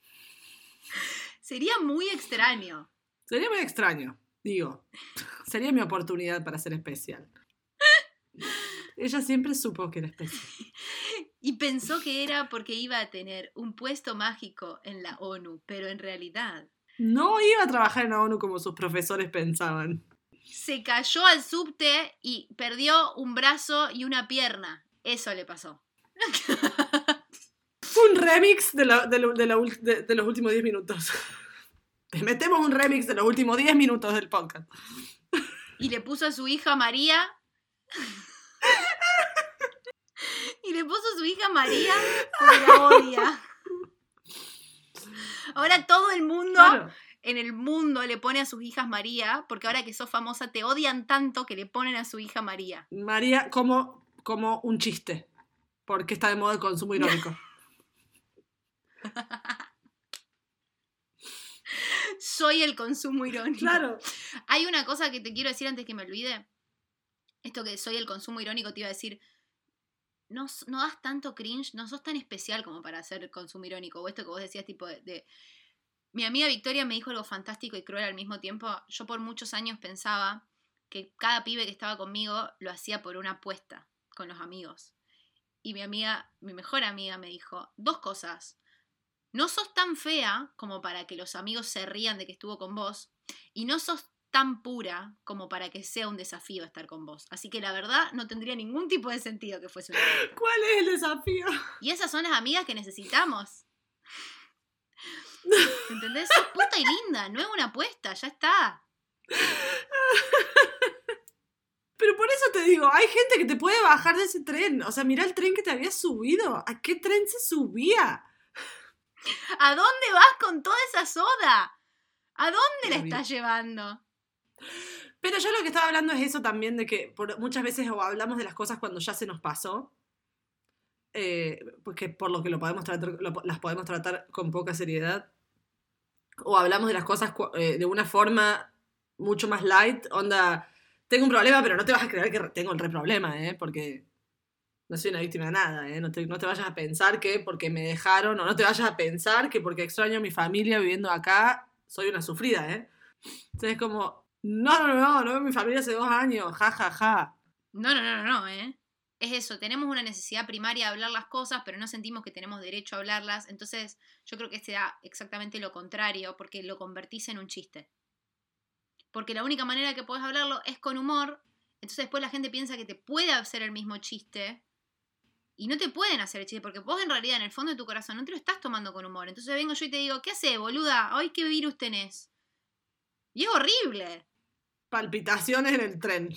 Sería muy extraño. Sería muy extraño, digo. Sería mi oportunidad para ser especial. Ella siempre supo que era especial. Y pensó que era porque iba a tener un puesto mágico en la ONU, pero en realidad... No iba a trabajar en la ONU como sus profesores pensaban. Se cayó al subte y perdió un brazo y una pierna. Eso le pasó. Fue un remix de, la, de, la, de, la, de, de los últimos diez minutos. Te metemos un remix de los últimos diez minutos del podcast. Y le puso a su hija María... Y le puso a su hija María porque la odia. Ahora todo el mundo, claro, en el mundo le pone a sus hijas María, porque ahora que sos famosa te odian tanto que le ponen a su hija María. María como, como un chiste, porque está de moda el consumo irónico. Soy el consumo irónico. Claro. Hay una cosa que te quiero decir antes que me olvide. Esto que soy el consumo irónico te iba a decir... No, no das tanto cringe, no sos tan especial como para hacer consumo irónico. O esto que vos decías, tipo de, de... Mi amiga Victoria me dijo algo fantástico y cruel al mismo tiempo. Yo por muchos años pensaba que cada pibe que estaba conmigo lo hacía por una apuesta con los amigos. Y mi amiga, mi mejor amiga me dijo dos cosas. No sos tan fea como para que los amigos se rían de que estuvo con vos. Y no sos tan pura como para que sea un desafío estar con vos. Así que la verdad no tendría ningún tipo de sentido que fuese un desafío. ¿Cuál es el desafío? Y esas son las amigas que necesitamos. ¿Entendés? Sos puta y linda, no es una apuesta, ya está. Pero por eso te digo, hay gente que te puede bajar de ese tren. O sea, mirá el tren que te habías subido. ¿A qué tren se subía? ¿A dónde vas con toda esa soda? ¿A dónde la estás llevando? Pero yo lo que estaba hablando es eso también, de que por, muchas veces o hablamos de las cosas cuando ya se nos pasó, eh, porque por lo que lo podemos tratar, lo, las podemos tratar con poca seriedad, o hablamos de las cosas eh, de una forma mucho más light, onda, tengo un problema, pero no te vas a creer que tengo el re problema, ¿eh? Porque no soy una víctima de nada, ¿eh? No te, no te vayas a pensar que porque me dejaron, o no te vayas a pensar que porque extraño a mi familia viviendo acá, soy una sufrida, ¿eh? Entonces es como... No, no, no, no veo mi familia hace dos años, ja, ja, ja. No, no, no, no, no, ¿eh? Es eso, tenemos una necesidad primaria de hablar las cosas, pero no sentimos que tenemos derecho a hablarlas, entonces yo creo que este da exactamente lo contrario, porque lo convertís en un chiste. Porque la única manera que podés hablarlo es con humor, entonces después la gente piensa que te puede hacer el mismo chiste, y no te pueden hacer el chiste, porque vos en realidad en el fondo de tu corazón no te lo estás tomando con humor, entonces vengo yo y te digo, ¿qué haces, boluda? ¿Hoy qué virus tenés? Y es horrible. Palpitaciones en el tren.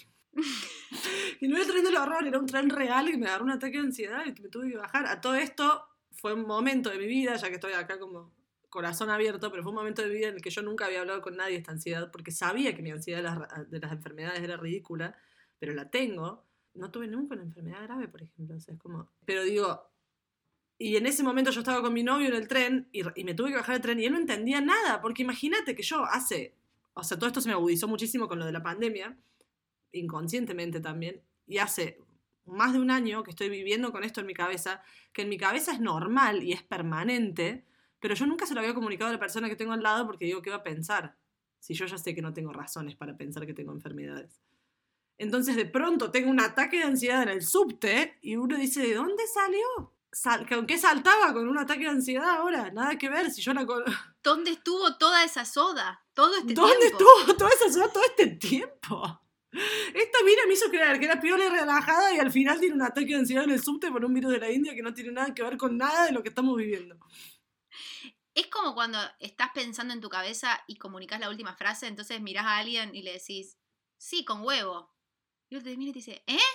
Y no era el tren del horror, era un tren real y me agarró un ataque de ansiedad y me tuve que bajar. A todo esto fue un momento de mi vida, ya que estoy acá como corazón abierto, pero fue un momento de mi vida en el que yo nunca había hablado con nadie de esta ansiedad, porque sabía que mi ansiedad de las, de las enfermedades era ridícula, pero la tengo. No tuve nunca una enfermedad grave, por ejemplo. O sea, es como... Pero digo... Y en ese momento yo estaba con mi novio en el tren y, y me tuve que bajar del tren y él no entendía nada, porque imagínate que yo hace... O sea, todo esto se me agudizó muchísimo con lo de la pandemia, inconscientemente también, y hace más de un año que estoy viviendo con esto en mi cabeza, que en mi cabeza es normal y es permanente, pero yo nunca se lo había comunicado a la persona que tengo al lado porque digo, ¿qué va a pensar? Si yo ya sé que no tengo razones para pensar que tengo enfermedades. Entonces de pronto tengo un ataque de ansiedad en el subte y uno dice, ¿de dónde salió? Sal- ¿Con qué saltaba con un ataque de ansiedad ahora? Nada que ver, si yo la... ¿Dónde estuvo toda esa soda? Todo este ¿Dónde tiempo. estuvo toda esa soda todo este tiempo? Esta mina me hizo creer que era piola y relajada y al final tiene un ataque de ansiedad en el subte por un virus de la India que no tiene nada que ver con nada de lo que estamos viviendo. Es como cuando estás pensando en tu cabeza y comunicas la última frase, entonces mirás a alguien y le decís, sí, con huevo. Y él te mira y te dice, ¿eh?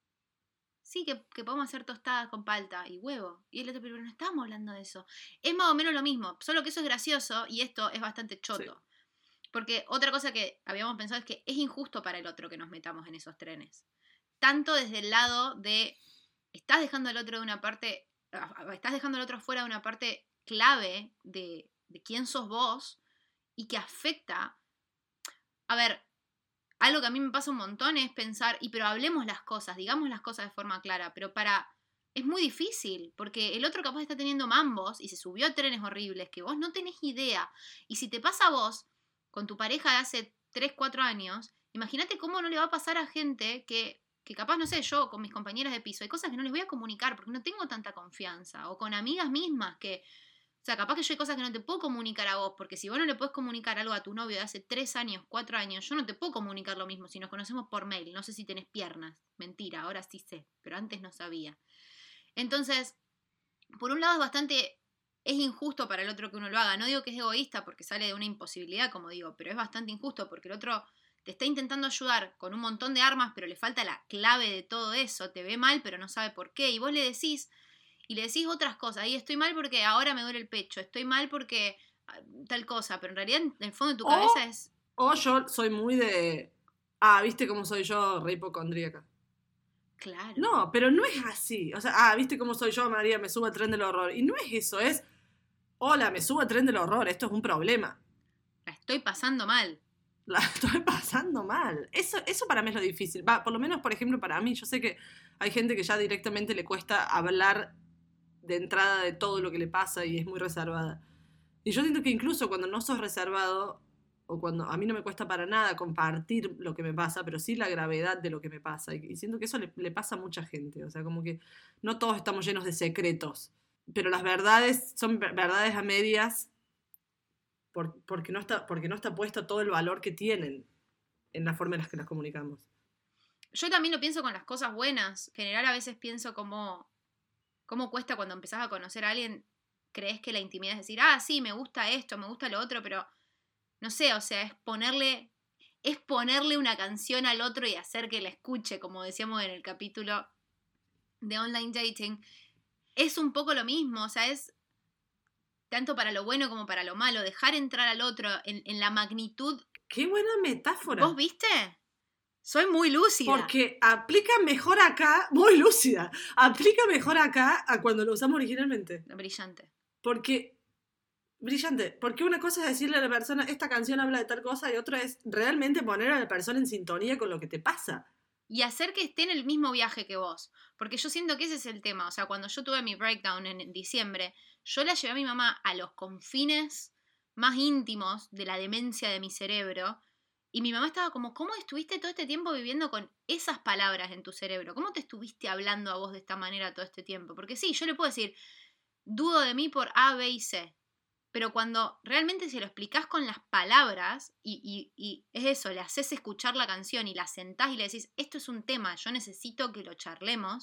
Sí, que, que podemos hacer tostadas con palta y huevo. Y el otro, pero no estábamos hablando de eso. Es más o menos lo mismo, solo que eso es gracioso y esto es bastante choto. Sí. Porque otra cosa que habíamos pensado es que es injusto para el otro que nos metamos en esos trenes. Tanto desde el lado de, estás dejando al otro de una parte, estás dejando al otro fuera de una parte clave de, de quién sos vos y que afecta. A ver, algo que a mí me pasa un montón es pensar, y pero hablemos las cosas, digamos las cosas de forma clara, pero para... Es muy difícil, porque el otro capaz está teniendo mambos y se subió a trenes horribles que vos no tenés idea. Y si te pasa a vos, con tu pareja de hace tres, cuatro años, imagínate cómo no le va a pasar a gente que, que capaz, no sé, yo con mis compañeras de piso, hay cosas que no les voy a comunicar porque no tengo tanta confianza, o con amigas mismas que... O sea, capaz que yo hay cosas que no te puedo comunicar a vos, porque si vos no le podés comunicar algo a tu novio de hace tres años, cuatro años, yo no te puedo comunicar lo mismo si nos conocemos por mail. No sé si tenés piernas. Mentira, ahora sí sé, pero antes no sabía. Entonces, por un lado es bastante... Es injusto para el otro que uno lo haga. No digo que es egoísta porque sale de una imposibilidad, como digo, pero es bastante injusto porque el otro te está intentando ayudar con un montón de armas, pero le falta la clave de todo eso. Te ve mal, pero no sabe por qué. Y vos le decís... Y le decís otras cosas. Y estoy mal porque ahora me duele el pecho. Estoy mal porque tal cosa. Pero en realidad, en el fondo de tu o, cabeza es... O yo soy muy de... Ah, ¿viste cómo soy yo? Re hipocondríaca. Claro. No, pero no es así. O sea, ah, ¿viste cómo soy yo, María? Me subo al tren del horror. Y no es eso, es... Hola, me subo al tren del horror. Esto es un problema. La estoy pasando mal. La estoy pasando mal. Eso, eso para mí es lo difícil. Va, por lo menos, por ejemplo, para mí. Yo sé que hay gente que ya directamente le cuesta hablar... de entrada de todo lo que le pasa y es muy reservada. Y yo siento que incluso cuando no sos reservado, o cuando a mí no me cuesta para nada compartir lo que me pasa, pero sí la gravedad de lo que me pasa. Y siento que eso le, le pasa a mucha gente. O sea, como que no todos estamos llenos de secretos. Pero las verdades son verdades a medias por, porque, no está, porque no está puesto todo el valor que tienen en la forma en la que las comunicamos. Yo también lo pienso con las cosas buenas. En general a veces pienso como... ¿Cómo cuesta cuando empezás a conocer a alguien? Crees que la intimidad es decir, ah, sí, me gusta esto, me gusta lo otro, pero no sé, o sea, es ponerle, es ponerle una canción al otro y hacer que la escuche, como decíamos en el capítulo de online dating. Es un poco lo mismo, o sea, es tanto para lo bueno como para lo malo, dejar entrar al otro en, en la magnitud. ¡Qué buena metáfora! ¿Vos viste? Soy muy lúcida. Porque aplica mejor acá, muy lúcida, aplica mejor acá a cuando lo usamos originalmente. Brillante. Porque, brillante, porque una cosa es decirle a la persona, esta canción habla de tal cosa, y otra es realmente poner a la persona en sintonía con lo que te pasa. Y hacer que esté en el mismo viaje que vos. Porque yo siento que ese es el tema. O sea, cuando yo tuve mi breakdown en diciembre, yo la llevé a mi mamá a los confines más íntimos de la demencia de mi cerebro. Y mi mamá estaba como, ¿cómo estuviste todo este tiempo viviendo con esas palabras en tu cerebro? ¿Cómo te estuviste hablando a vos de esta manera todo este tiempo? Porque sí, yo le puedo decir, dudo de mí por A, B y C. Pero cuando realmente se lo explicás con las palabras, y, y, y es eso, le haces escuchar la canción y la sentás y le decís, esto es un tema, yo necesito que lo charlemos.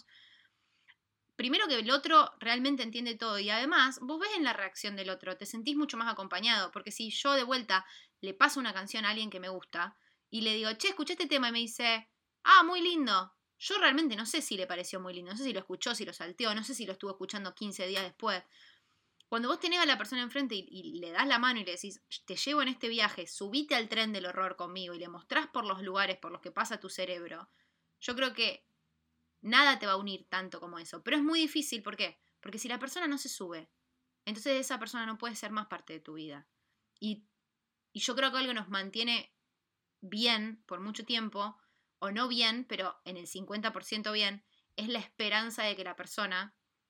Primero que el otro realmente entiende todo y además vos ves en la reacción del otro, te sentís mucho más acompañado, porque si yo de vuelta le paso una canción a alguien que me gusta y le digo, che, escuché este tema y me dice, ah, muy lindo, yo realmente no sé si le pareció muy lindo, no sé si lo escuchó, si lo salteó, no sé si lo estuvo escuchando quince días después. Cuando vos tenés a la persona enfrente y, y le das la mano y le decís, te llevo en este viaje, subite al tren del horror conmigo y le mostrás por los lugares por los que pasa tu cerebro, yo creo que nada te va a unir tanto como eso. Pero es muy difícil, ¿por qué? Porque si la persona no se sube, entonces esa persona no puede ser más parte de tu vida. Y, y yo creo que algo nos mantiene bien por mucho tiempo, o no bien, pero en el cincuenta por ciento bien, es la esperanza de que la persona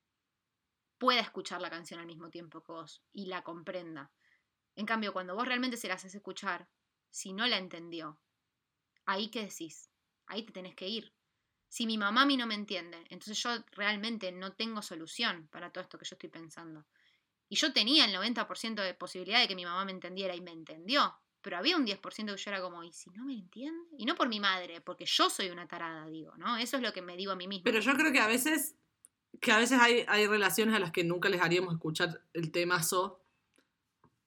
pueda escuchar la canción al mismo tiempo que vos y la comprenda. En cambio, cuando vos realmente se la haces escuchar, si no la entendió, ahí qué decís, ahí te tenés que ir. Si mi mamá a mí no me entiende, entonces yo realmente no tengo solución para todo esto que yo estoy pensando. Y yo tenía el noventa por ciento de posibilidad de que mi mamá me entendiera y me entendió. Pero había un diez por ciento que yo era como, ¿y si no me entiende? Y no por mi madre, porque yo soy una tarada, digo, ¿no? Eso es lo que me digo a mí misma. Pero yo creo que a veces, que a veces hay, hay relaciones a las que nunca les haríamos escuchar el temazo,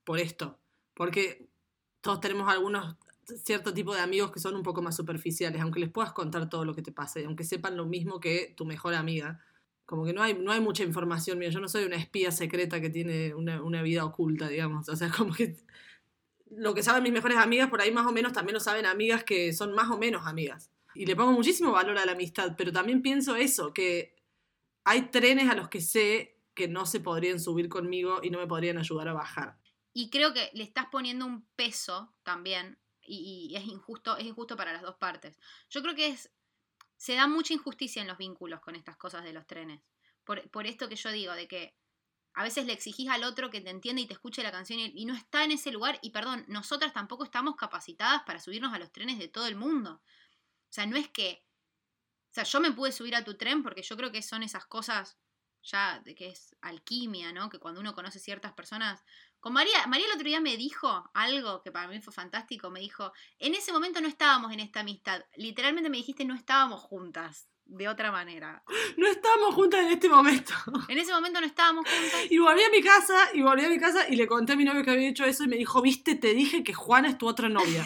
por esto. Porque todos tenemos algunos, cierto tipo de amigos que son un poco más superficiales, aunque les puedas contar todo lo que te pasa y aunque sepan lo mismo que tu mejor amiga. Como que no hay, no hay mucha información mía. Yo no soy una espía secreta que tiene una, una vida oculta, digamos. O sea, como que lo que saben mis mejores amigas, por ahí más o menos también lo saben amigas que son más o menos amigas. Y le pongo muchísimo valor a la amistad, pero también pienso eso, que hay trenes a los que sé que no se podrían subir conmigo y no me podrían ayudar a bajar. Y creo que le estás poniendo un peso también, y, y es injusto, es injusto para las dos partes. Yo creo que es, se da mucha injusticia en los vínculos con estas cosas de los trenes. Por, por esto que yo digo, de que a veces le exigís al otro que te entienda y te escuche la canción y, y no está en ese lugar. Y perdón, nosotras tampoco estamos capacitadas para subirnos a los trenes de todo el mundo. O sea, no es que... O sea, yo me pude subir a tu tren porque yo creo que son esas cosas ya de que es alquimia, ¿no? Que cuando uno conoce ciertas personas... Con María, María el otro día me dijo algo que para mí fue fantástico. Me dijo, en ese momento no estábamos en esta amistad. Literalmente me dijiste, no estábamos juntas. De otra manera. No estábamos juntas en este momento. En ese momento no estábamos juntas. Y volví a mi casa, y volví a mi casa y le conté a mi novio que había hecho eso y me dijo, viste, te dije que Juana es tu otra novia.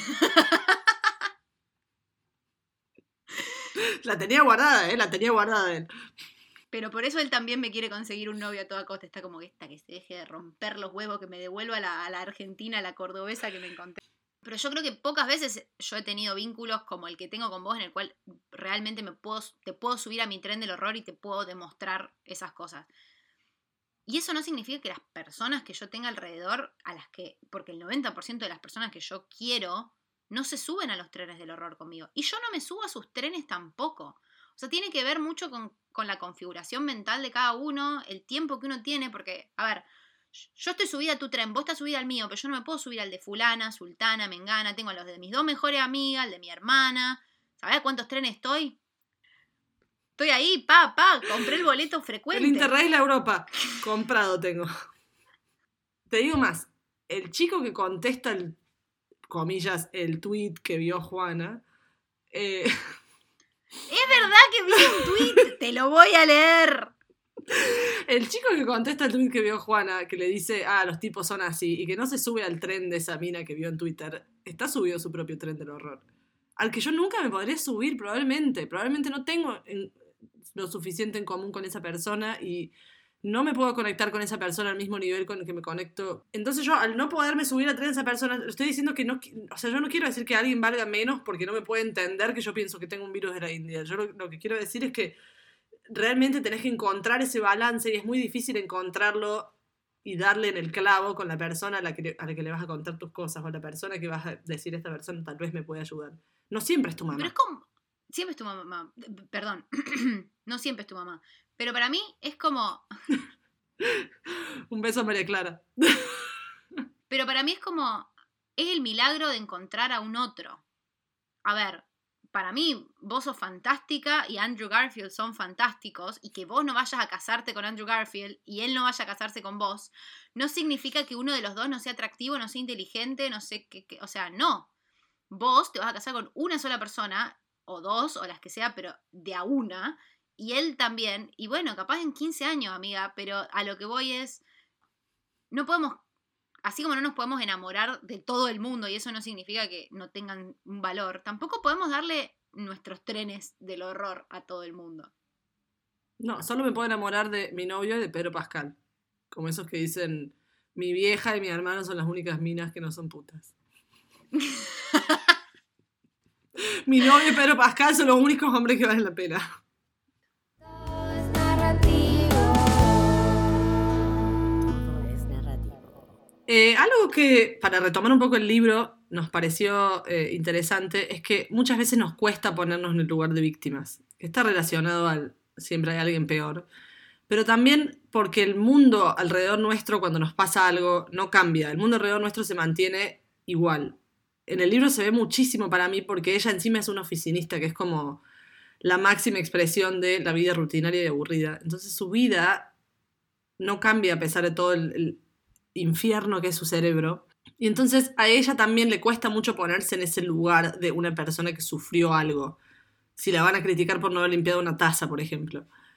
La tenía guardada, ¿eh? La tenía guardada él. Pero por eso él también me quiere conseguir un novio a toda costa. Está como que esta, que se deje de romper los huevos, que me devuelva a la, a la argentina, a la cordobesa que me encontré. Pero yo creo que pocas veces yo he tenido vínculos como el que tengo con vos, en el cual realmente me puedo, te puedo subir a mi tren del horror y te puedo demostrar esas cosas. Y eso no significa que las personas que yo tenga alrededor, a las que, porque el noventa por ciento de las personas que yo quiero, no se suben a los trenes del horror conmigo. Y yo no me subo a sus trenes tampoco. O sea, tiene que ver mucho con, con la configuración mental de cada uno, el tiempo que uno tiene, porque, a ver... Yo estoy subida a tu tren, vos estás subida al mío, pero yo no me puedo subir al de fulana, sultana, mengana. Tengo a los de mis dos mejores amigas, al de mi hermana. ¿Sabés a cuántos trenes estoy? Estoy ahí, pa, pa, compré el boleto frecuente. El Interrail la Europa, comprado tengo. Te digo más, el chico que contesta el, comillas, el tweet que vio Juana... Eh... Es verdad que vi un tweet, te lo voy a leer. El chico que contesta el tweet que vio Juana, que le dice, ah, los tipos son así, y que no se sube al tren de esa mina que vio en Twitter, está subido a su propio tren del horror. Al que yo nunca me podría subir, probablemente. Probablemente no tengo en, lo suficiente en común con esa persona y no me puedo conectar con esa persona al mismo nivel con el que me conecto. Entonces yo, al no poderme subir al tren de esa persona, estoy diciendo que no... O sea, yo no quiero decir que alguien valga menos porque no me puede entender que yo pienso que tengo un virus de la India. Yo lo, lo que quiero decir es que realmente tenés que encontrar ese balance y es muy difícil encontrarlo y darle en el clavo con la persona a la, que, a la que le vas a contar tus cosas o a la persona que vas a decir, esta persona tal vez me puede ayudar. No siempre es tu mamá. Pero es como... Siempre es tu mamá. Perdón. No siempre es tu mamá. Pero para mí es como... Un beso a María Clara. Pero para mí es como... Es el milagro de encontrar a un otro. A ver... Para mí, vos sos fantástica y Andrew Garfield son fantásticos, y que vos no vayas a casarte con Andrew Garfield y él no vaya a casarse con vos, no significa que uno de los dos no sea atractivo, no sea inteligente, no sé qué, qué, o sea, no. Vos te vas a casar con una sola persona, o dos, o las que sea, pero de a una, y él también, y bueno, capaz en quince años, amiga, pero a lo que voy es, no podemos... Así como no nos podemos enamorar de todo el mundo y eso no significa que no tengan un valor, tampoco podemos darle nuestros trenes del horror a todo el mundo. No, solo me puedo enamorar de mi novio y de Pedro Pascal. Como esos que dicen, mi vieja y mi hermano son las únicas minas que no son putas. Mi novio y Pedro Pascal son los únicos hombres que valen la pena. Eh, algo que, para retomar un poco el libro, nos pareció eh, interesante es que muchas veces nos cuesta ponernos en el lugar de víctimas. Está relacionado al siempre hay alguien peor. Pero también porque el mundo alrededor nuestro, cuando nos pasa algo, no cambia. El mundo alrededor nuestro se mantiene igual. En el libro se ve muchísimo para mí porque ella encima es una oficinista, que es como la máxima expresión de la vida rutinaria y aburrida. Entonces su vida no cambia a pesar de todo el... el infierno que es su cerebro. Y entonces a ella también le cuesta mucho ponerse en ese lugar de una persona que sufrió algo. Si la van a criticar por no haber limpiado una taza, por ejemplo.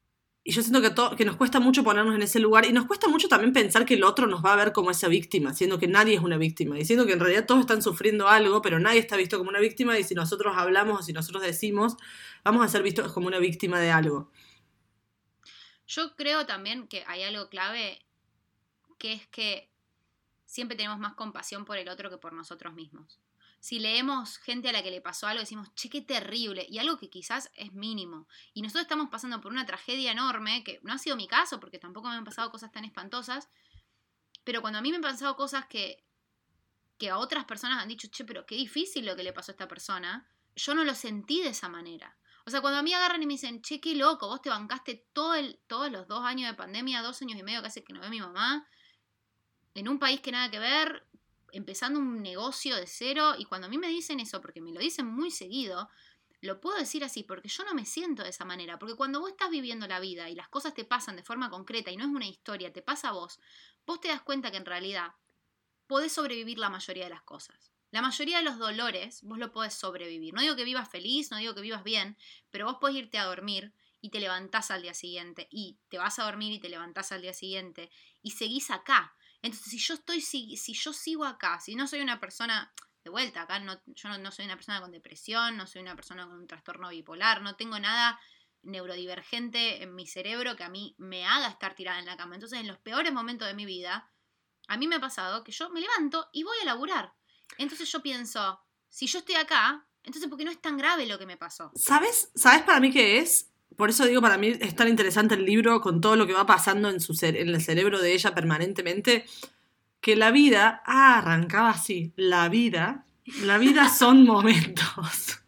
Y yo siento que, to- que nos cuesta mucho ponernos en ese lugar y nos cuesta mucho también pensar que el otro nos va a ver como esa víctima, siendo que nadie es una víctima, diciendo que en realidad todos están sufriendo algo, pero nadie está visto como una víctima y si nosotros hablamos o si nosotros decimos, vamos a ser vistos como una víctima de algo. Yo creo también que hay algo clave, que es que siempre tenemos más compasión por el otro que por nosotros mismos. Si leemos gente a la que le pasó algo, decimos, che, qué terrible, y algo que quizás es mínimo. Y nosotros estamos pasando por una tragedia enorme, que no ha sido mi caso, porque tampoco me han pasado cosas tan espantosas, pero cuando a mí me han pasado cosas que, que a otras personas han dicho, che, pero qué difícil lo que le pasó a esta persona, yo no lo sentí de esa manera. O sea, cuando a mí agarran y me dicen, che, qué loco, vos te bancaste todo el, todos los dos años de pandemia, dos años y medio casi que no veo a mi mamá, en un país que nada que ver, empezando un negocio de cero, y cuando a mí me dicen eso, porque me lo dicen muy seguido, lo puedo decir así, porque yo no me siento de esa manera, porque cuando vos estás viviendo la vida y las cosas te pasan de forma concreta y no es una historia, te pasa a vos, vos te das cuenta que en realidad podés sobrevivir la mayoría de las cosas. La mayoría de los dolores vos lo podés sobrevivir. No digo que vivas feliz, no digo que vivas bien, pero vos podés irte a dormir y te levantás al día siguiente, y te vas a dormir y te levantás al día siguiente, y seguís acá. Entonces, si yo estoy, si, si yo sigo acá, si no soy una persona, de vuelta, acá no, yo no, no soy una persona con depresión, no soy una persona con un trastorno bipolar, no tengo nada neurodivergente en mi cerebro que a mí me haga estar tirada en la cama. Entonces, en los peores momentos de mi vida, a mí me ha pasado que yo me levanto y voy a laburar. Entonces yo pienso, si yo estoy acá, entonces ¿por qué no es tan grave lo que me pasó? ¿Sabes? ¿Sabes para mí qué es? Por eso digo, para mí es tan interesante el libro con todo lo que va pasando en, su cere- en el cerebro de ella permanentemente, que la vida, ah, arrancaba así, la vida, la vida son momentos.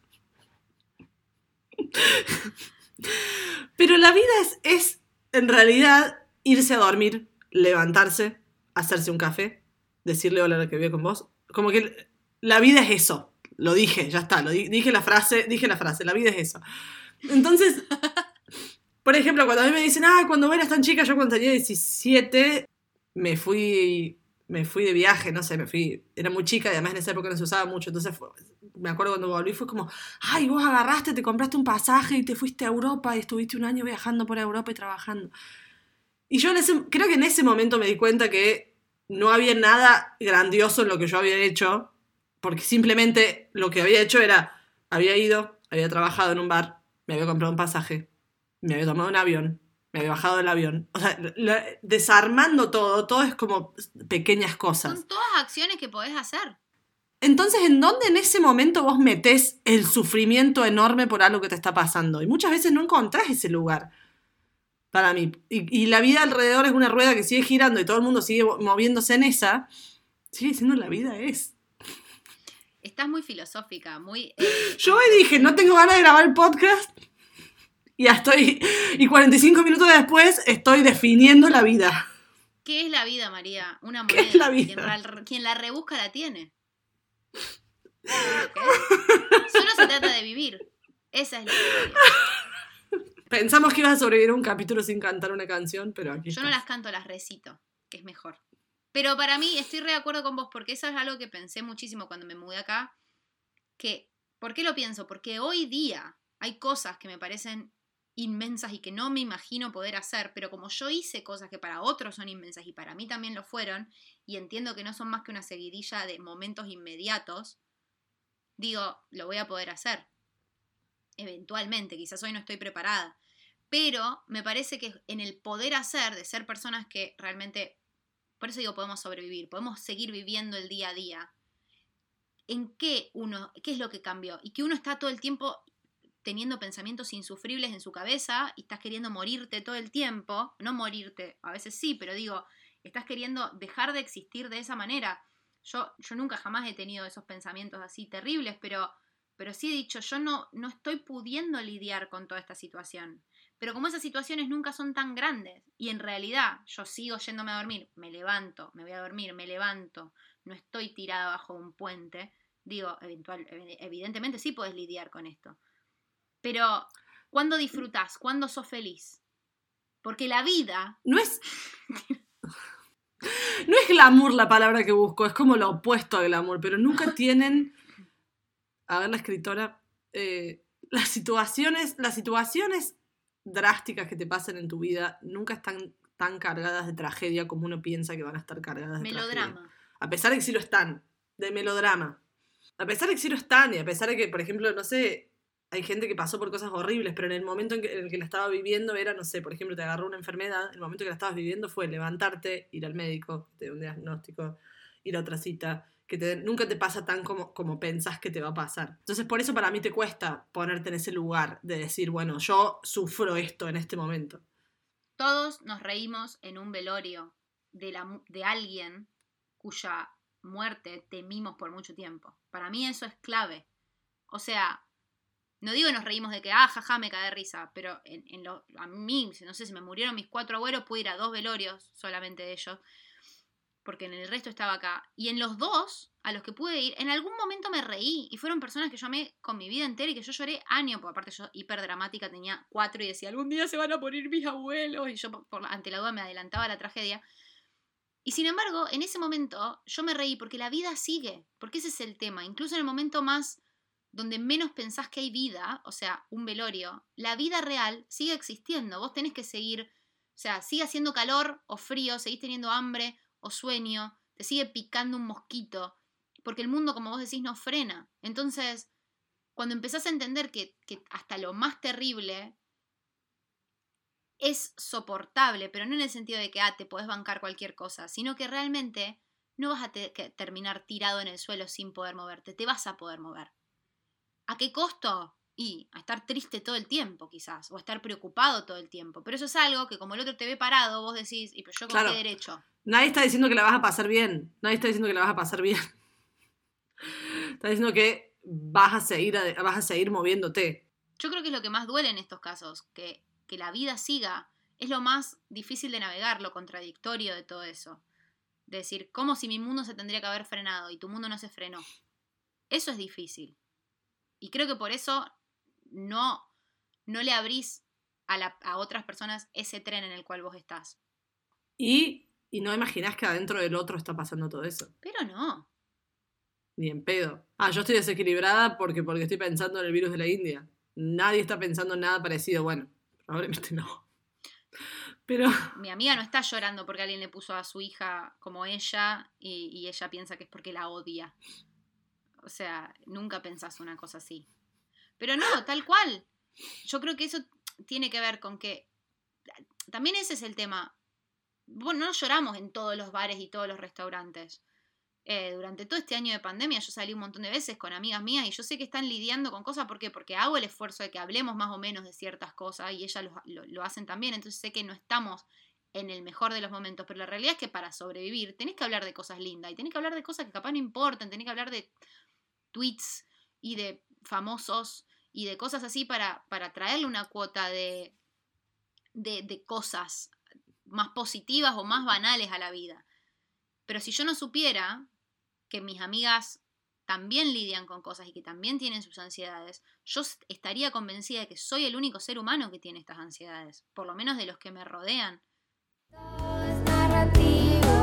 Pero la vida es, es, en realidad, irse a dormir, levantarse, hacerse un café, decirle hola a la que vive con vos. Como que la vida es eso. Lo dije, ya está, lo di- dije la frase, dije la frase, la vida es eso. Entonces, por ejemplo, cuando a mí me dicen, ah, cuando eras tan chica, yo cuando tenía diecisiete, me fui, me fui de viaje, no sé, me fui, era muy chica y además en esa época no se usaba mucho, entonces fue- me acuerdo cuando volví, fue como, ay, vos agarraste, te compraste un pasaje y te fuiste a Europa y estuviste un año viajando por Europa y trabajando. Y yo en ese, creo que en ese momento me di cuenta que no había nada grandioso en lo que yo había hecho, porque simplemente lo que había hecho era, había ido, había trabajado en un bar, me había comprado un pasaje, me había tomado un avión, me había bajado del avión. O sea, la- desarmando todo, todo es como pequeñas cosas. Son todas acciones que podés hacer. Entonces, ¿en dónde en ese momento vos metés el sufrimiento enorme por algo que te está pasando? Y muchas veces no encontrás ese lugar. Para mí. Y, y la vida alrededor es una rueda que sigue girando y todo el mundo sigue moviéndose en esa. Sigue siendo la vida es. Estás muy filosófica, muy... eh, Yo hoy dije, no tengo ganas de grabar el podcast. Y ya estoy. Y cuarenta y cinco minutos después estoy definiendo la vida. ¿Qué es la vida, María? Una ¿Qué moneda. es la vida? Quien, la, quien la rebusca la tiene. ¿Ok? Solo se trata de vivir. Esa es la historia. Pensamos que ibas a sobrevivir a un capítulo sin cantar una canción, pero aquí Yo no estás. las canto, las recito, que es mejor. Pero para mí, estoy re de acuerdo con vos, porque eso es algo que pensé muchísimo cuando me mudé acá. Que, ¿por qué lo pienso? Porque hoy día hay cosas que me parecen inmensas y que no me imagino poder hacer, pero como yo hice cosas que para otros son inmensas y para mí también lo fueron, y entiendo que no son más que una seguidilla de momentos inmediatos, digo, lo voy a poder hacer. Eventualmente, quizás hoy no estoy preparada. Pero me parece que en el poder hacer, de ser personas que realmente, por eso digo, podemos sobrevivir, podemos seguir viviendo el día a día. ¿En qué uno, qué es lo que cambió? Y que uno está todo el tiempo teniendo pensamientos insufribles en su cabeza y estás queriendo morirte todo el tiempo. No morirte, a veces sí, pero digo, estás queriendo dejar de existir de esa manera. Yo, yo nunca jamás he tenido esos pensamientos así terribles, pero, pero sí he dicho, yo no, no estoy pudiendo lidiar con toda esta situación. Pero como esas situaciones nunca son tan grandes y en realidad yo sigo yéndome a dormir, me levanto, me voy a dormir, me levanto, no estoy tirada bajo un puente, digo, eventual, evidentemente sí podés lidiar con esto. Pero, ¿cuándo disfrutás? ¿Cuándo sos feliz? Porque la vida... No es... No es glamour la palabra que busco, es como lo opuesto a glamour, pero nunca tienen... A ver, la escritora... eh, las situaciones... Las situaciones drásticas que te pasen en tu vida nunca están tan cargadas de tragedia como uno piensa que van a estar cargadas de tragedia. Melodrama. A pesar de que sí lo están, de melodrama. A pesar de que sí lo están, y a pesar de que, por ejemplo, no sé, hay gente que pasó por cosas horribles, pero en el momento en, que, en el que la estaba viviendo era, no sé, por ejemplo, te agarró una enfermedad, el momento que la estabas viviendo fue levantarte, ir al médico, te dé un diagnóstico, ir a otra cita, que te, nunca te pasa tan como, como pensás que te va a pasar. Entonces, por eso para mí te cuesta ponerte en ese lugar de decir, bueno, yo sufro esto en este momento. Todos nos reímos en un velorio de, la, de alguien cuya muerte temimos por mucho tiempo. Para mí eso es clave. O sea, no digo nos reímos de que, ah, jaja, me cae de risa, pero en, en lo, a mí, no sé, si me murieron mis cuatro abuelos, pude ir a dos velorios solamente de ellos, porque en el resto estaba acá. Y en los dos, a los que pude ir, en algún momento me reí, y fueron personas que yo amé con mi vida entera y que yo lloré años, porque aparte yo hiperdramática tenía cuatro y decía, algún día se van a morir mis abuelos, y yo por, ante la duda me adelantaba a la tragedia. Y sin embargo, en ese momento yo me reí porque la vida sigue, porque ese es el tema. Incluso en el momento más donde menos pensás que hay vida, o sea, un velorio, la vida real sigue existiendo. Vos tenés que seguir, o sea, sigue haciendo calor o frío, seguís teniendo hambre o sueño, te sigue picando un mosquito, porque el mundo, como vos decís, no frena. Entonces, cuando empezás a entender que, que hasta lo más terrible es soportable, pero no en el sentido de que ah, te podés bancar cualquier cosa, sino que realmente no vas a te- que terminar tirado en el suelo sin poder moverte, te vas a poder mover. ¿A qué costo? Y a estar triste todo el tiempo, quizás, o a estar preocupado todo el tiempo. Pero eso es algo que como el otro te ve parado, vos decís, ¿y pero yo con Claro. qué derecho? Nadie está diciendo que la vas a pasar bien. Nadie está diciendo que la vas a pasar bien. Está diciendo que vas a seguir, vas a seguir moviéndote. Yo creo que es lo que más duele en estos casos, que, que la vida siga. Es lo más difícil de navegar, lo contradictorio de todo eso. De decir, ¿cómo si mi mundo se tendría que haber frenado y tu mundo no se frenó? Eso es difícil. Y creo que por eso no, no le abrís a, la, a otras personas ese tren en el cual vos estás. Y, y no imaginás que adentro del otro está pasando todo eso. Pero no. Ni en pedo. Ah, yo estoy desequilibrada porque, porque estoy pensando en el virus de la India. Nadie está pensando en nada parecido. Bueno, probablemente no. Pero... Mi amiga no está llorando porque alguien le puso a su hija como ella y, y ella piensa que es porque la odia. O sea, nunca pensás una cosa así. Pero no, tal cual. Yo creo que eso tiene que ver con que... También ese es el tema. Bueno, no lloramos en todos los bares y todos los restaurantes. Eh, durante todo este año de pandemia yo salí un montón de veces con amigas mías y yo sé que están lidiando con cosas. ¿Por qué? Porque hago el esfuerzo de que hablemos más o menos de ciertas cosas y ellas lo, lo, lo hacen también. Entonces sé que no estamos en el mejor de los momentos. Pero la realidad es que para sobrevivir tenés que hablar de cosas lindas y tenés que hablar de cosas que capaz no importan. Tenés que hablar de tweets y de famosos y de cosas así para, para traerle una cuota de, de, de cosas más positivas o más banales a la vida. Pero si yo no supiera que mis amigas también lidian con cosas y que también tienen sus ansiedades, yo estaría convencida de que soy el único ser humano que tiene estas ansiedades, por lo menos de los que me rodean. Todo es narrativo.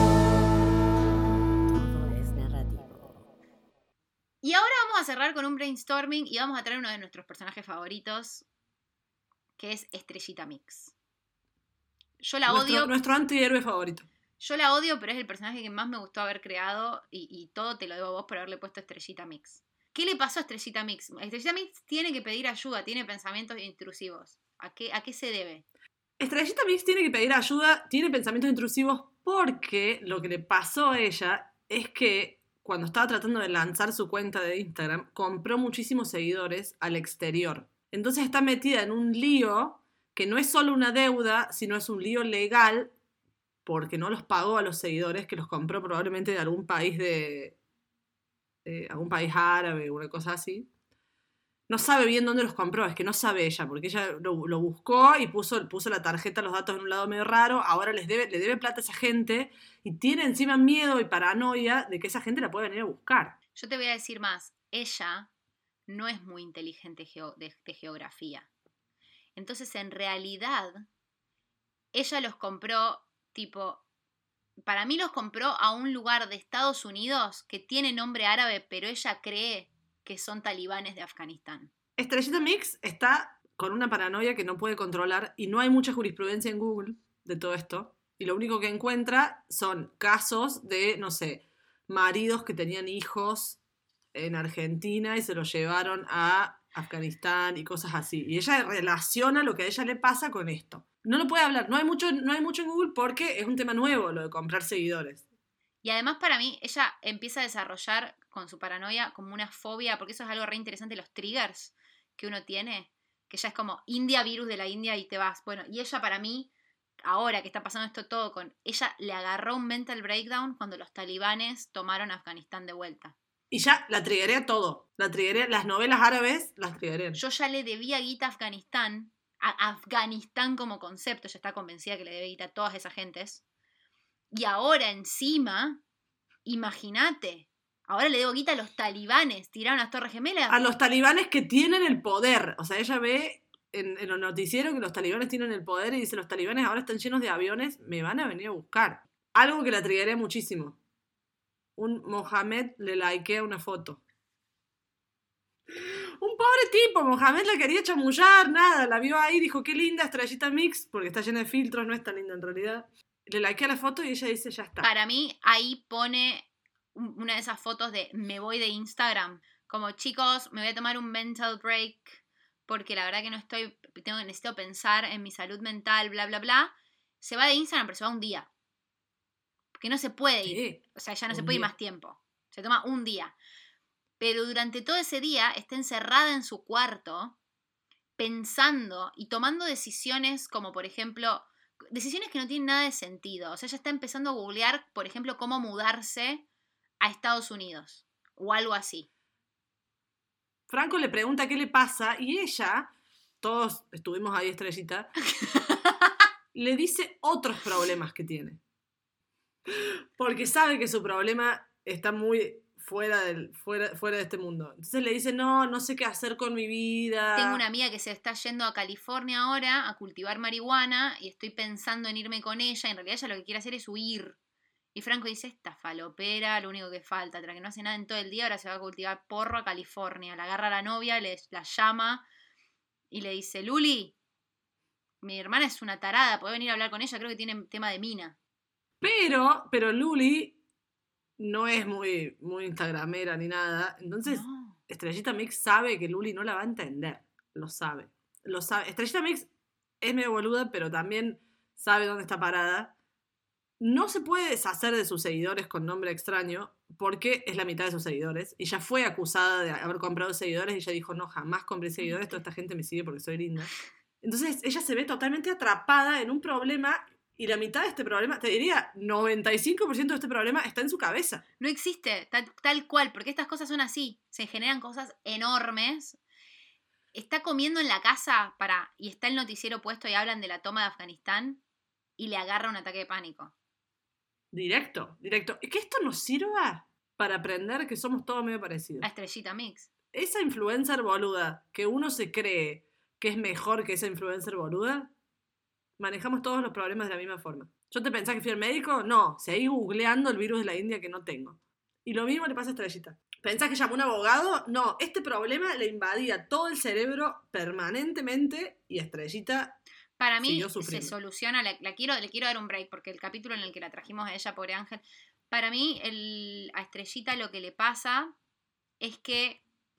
Todo es narrativo. Y ahora vamos a cerrar con un brainstorming y vamos a traer uno de nuestros personajes favoritos, que es Estrellita Mix. Yo la nuestro, odio. Nuestro antihéroe favorito. Yo la odio, pero es el personaje que más me gustó haber creado y, y todo te lo debo a vos por haberle puesto Estrellita Mix. ¿Qué le pasó a Estrellita Mix? Estrellita Mix tiene que pedir ayuda, tiene pensamientos intrusivos. ¿A qué, a qué se debe? Estrellita Mix tiene que pedir ayuda, tiene pensamientos intrusivos porque lo que le pasó a ella es que cuando estaba tratando de lanzar su cuenta de Instagram, compró muchísimos seguidores al exterior. Entonces está metida en un lío que no es solo una deuda, sino es un lío legal porque no los pagó a los seguidores, que los compró probablemente de algún país de... de algún país árabe o una cosa así. No sabe bien dónde los compró, es que no sabe ella, porque ella lo, lo buscó y puso, puso la tarjeta, los datos en un lado medio raro, ahora les debe, le debe plata a esa gente y tiene encima miedo y paranoia de que esa gente la pueda venir a buscar. Yo te voy a decir más, ella no es muy inteligente geo- de, de geografía. Entonces, en realidad, ella los compró, tipo, para mí los compró a un lugar de Estados Unidos que tiene nombre árabe, pero ella cree que son talibanes de Afganistán. Estrellita Mix está con una paranoia que no puede controlar y no hay mucha jurisprudencia en Google de todo esto. Y lo único que encuentra son casos de, no sé, maridos que tenían hijos en Argentina y se los llevaron a Afganistán y cosas así. Y ella relaciona lo que a ella le pasa con esto. No lo puede hablar, no hay mucho, no hay mucho en Google porque es un tema nuevo lo de comprar seguidores. Y además para mí, ella empieza a desarrollar con su paranoia como una fobia, porque eso es algo re interesante, los triggers que uno tiene, que ya es como India, virus de la India y te vas. Bueno, y ella para mí, ahora que está pasando esto todo con... Ella le agarró un mental breakdown cuando los talibanes tomaron Afganistán de vuelta. Y ya la triggerea todo. La triggerea, las novelas árabes las triggerean. Yo ya le debía guita a Afganistán, a Afganistán como concepto, ya está convencida que le debe guita a todas esas gentes. Y ahora encima, imagínate, ahora le debo guita a los talibanes, tiraron las Torres Gemelas. A los talibanes que tienen el poder. O sea, ella ve en, en los noticieros que los talibanes tienen el poder y dice, los talibanes ahora están llenos de aviones, me van a venir a buscar. Algo que la triggerea muchísimo. Un Mohamed le likea una foto. Un pobre tipo, Mohamed la quería chamullar, nada, la vio ahí, dijo, qué linda estrellita mix, porque está llena de filtros, no es tan linda en realidad. Le likea la foto y ella dice, ya está. Para mí, ahí pone una de esas fotos de me voy de Instagram. Como, chicos, me voy a tomar un mental break porque la verdad que no estoy, tengo, necesito pensar en mi salud mental, bla, bla, bla. Se va de Instagram, pero se va un día. Porque no se puede ir. ¿Qué? O sea, ya no Un se puede ir día. más tiempo. Se toma un día. Pero durante todo ese día está encerrada en su cuarto pensando y tomando decisiones como, por ejemplo... Decisiones que no tienen nada de sentido. O sea, ella está empezando a googlear, por ejemplo, cómo mudarse a Estados Unidos. O algo así. Franco le pregunta qué le pasa y ella, todos estuvimos ahí, estrellita, le dice otros problemas que tiene. Porque sabe que su problema está muy fuera, del, fuera, fuera de este mundo. Entonces le dice, no, no sé qué hacer con mi vida. Tengo una amiga que se está yendo a California ahora a cultivar marihuana y estoy pensando en irme con ella. En realidad ella lo que quiere hacer es huir. Y Franco dice, esta falopera, lo único que falta, tras que no hace nada en todo el día, ahora se va a cultivar porro a California. La agarra a la novia, le, la llama y le dice, Luli, mi hermana es una tarada, ¿podés venir a hablar con ella? Creo que tiene tema de mina. Pero, pero Luli no es muy, muy instagramera ni nada. Entonces, No. Estrellita Mix sabe que Luli no la va a entender. Lo sabe. Lo sabe. Estrellita Mix es medio boluda, pero también sabe dónde está parada. No se puede deshacer de sus seguidores con nombre extraño porque es la mitad de sus seguidores. Y ya fue acusada de haber comprado seguidores y ella dijo, no, jamás compré seguidores, toda esta gente me sigue porque soy linda. Entonces ella se ve totalmente atrapada en un problema y la mitad de este problema, te diría, noventa y cinco por ciento de este problema está en su cabeza. No existe, tal, tal cual, porque estas cosas son así. Se generan cosas enormes. Está comiendo en la casa para y está el noticiero puesto y hablan de la toma de Afganistán y le agarra un ataque de pánico. Directo, directo. Y que esto nos sirva para aprender que somos todos medio parecidos. A Estrellita Mix. Esa influencer boluda que uno se cree que es mejor que esa influencer boluda, manejamos todos los problemas de la misma forma. ¿Yo te pensás que fui al médico? No, seguí googleando el virus de la India que no tengo. Y lo mismo le pasa a Estrellita. ¿Pensás que llamó a un abogado? No, este problema le invadía todo el cerebro permanentemente y Estrellita Para mí siguió se sufriendo. soluciona, la, la quiero, le quiero dar un break porque el capítulo en el que la trajimos a ella, pobre Ángel, para mí el, a Estrellita lo que le pasa es que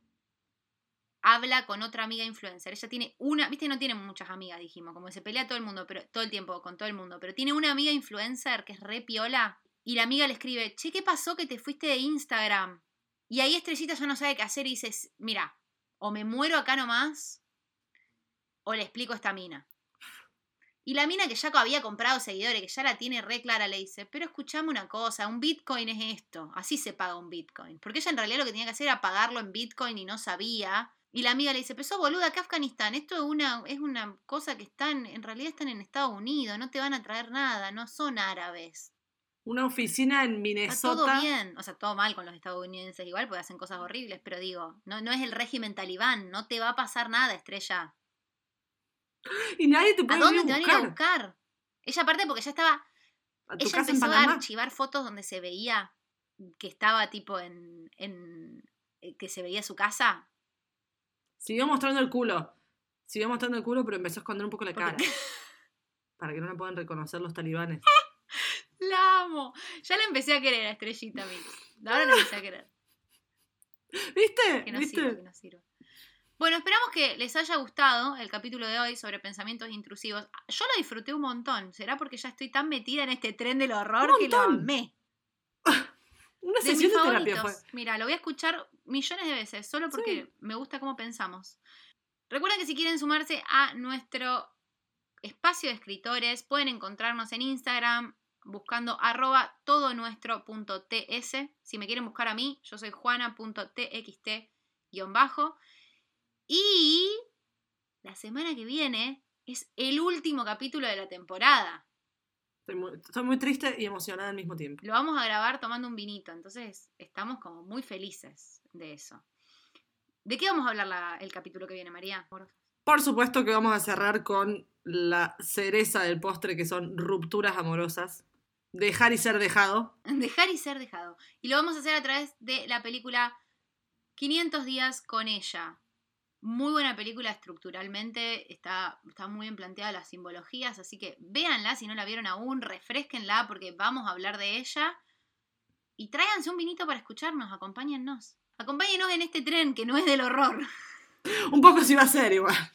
habla con otra amiga influencer. Ella tiene una, viste, no tiene muchas amigas, dijimos, como que se pelea todo el mundo, pero todo el tiempo con todo el mundo, pero tiene una amiga influencer que es re piola y la amiga le escribe, che, ¿qué pasó que te fuiste de Instagram? Y ahí Estrellita ya no sabe qué hacer y dice, mira, o me muero acá nomás o le explico a esta mina. Y la mina que ya había comprado seguidores, que ya la tiene re clara, le dice, pero escuchame una cosa, un Bitcoin es esto, así se paga un Bitcoin. Porque ella en realidad lo que tenía que hacer era pagarlo en Bitcoin y no sabía. Y la amiga le dice, pero sos boluda, ¿qué Afganistán? Esto es una, es una cosa que están, en realidad están en Estados Unidos, no te van a traer nada, no son árabes. Una oficina en Está Minnesota. todo bien, o sea, todo mal con los estadounidenses igual, porque hacen cosas horribles, pero digo, no, no es el régimen talibán, no te va a pasar nada, Estrella. Y nadie te ¿A puede dónde venir te a van a ir a buscar. buscar? Ella aparte porque ya estaba, A tu ella casa en empezó a Panamá. archivar fotos donde se veía que estaba tipo en, en eh, que se veía su casa. Siguió mostrando el culo. Siguió mostrando el culo, pero empezó a esconder un poco la Porque- cara. Para que no la puedan reconocer los talibanes. La amo. Ya la empecé a querer a Estrellita Mix. Ahora la empecé a querer. ¿Viste? Que no ¿Viste? sirva, que no sirva. Bueno, esperamos que les haya gustado el capítulo de hoy sobre pensamientos intrusivos. Yo lo disfruté un montón. ¿Será porque ya estoy tan metida en este tren del horror Un que lo montón. amé? Una De mis sesión de terapia fue. favoritos. Mira, lo voy a escuchar millones de veces, solo porque Sí. me gusta cómo pensamos. Recuerden que si quieren sumarse a nuestro espacio de escritores, pueden encontrarnos en Instagram buscando arroba todonuestro.ts. Si me quieren buscar a mí, yo soy juana.txt guión bajo. Y la semana que viene es el último capítulo de la temporada. Estoy muy, estoy muy triste y emocionada al mismo tiempo. Lo vamos a grabar tomando un vinito, entonces estamos como muy felices de eso. ¿De qué vamos a hablar la- el capítulo que viene, María? Por supuesto que vamos a cerrar con la cereza del postre, que son rupturas amorosas. Dejar y ser dejado. Dejar y ser dejado. Y lo vamos a hacer a través de la película quinientos días con ella. Muy buena película estructuralmente, está, está muy bien planteada las simbologías, así que véanla si no la vieron aún, refresquenla porque vamos a hablar de ella. Y tráiganse un vinito para escucharnos, acompáñennos. Acompáñennos en este tren que no es del horror. Un poco sí va a ser igual.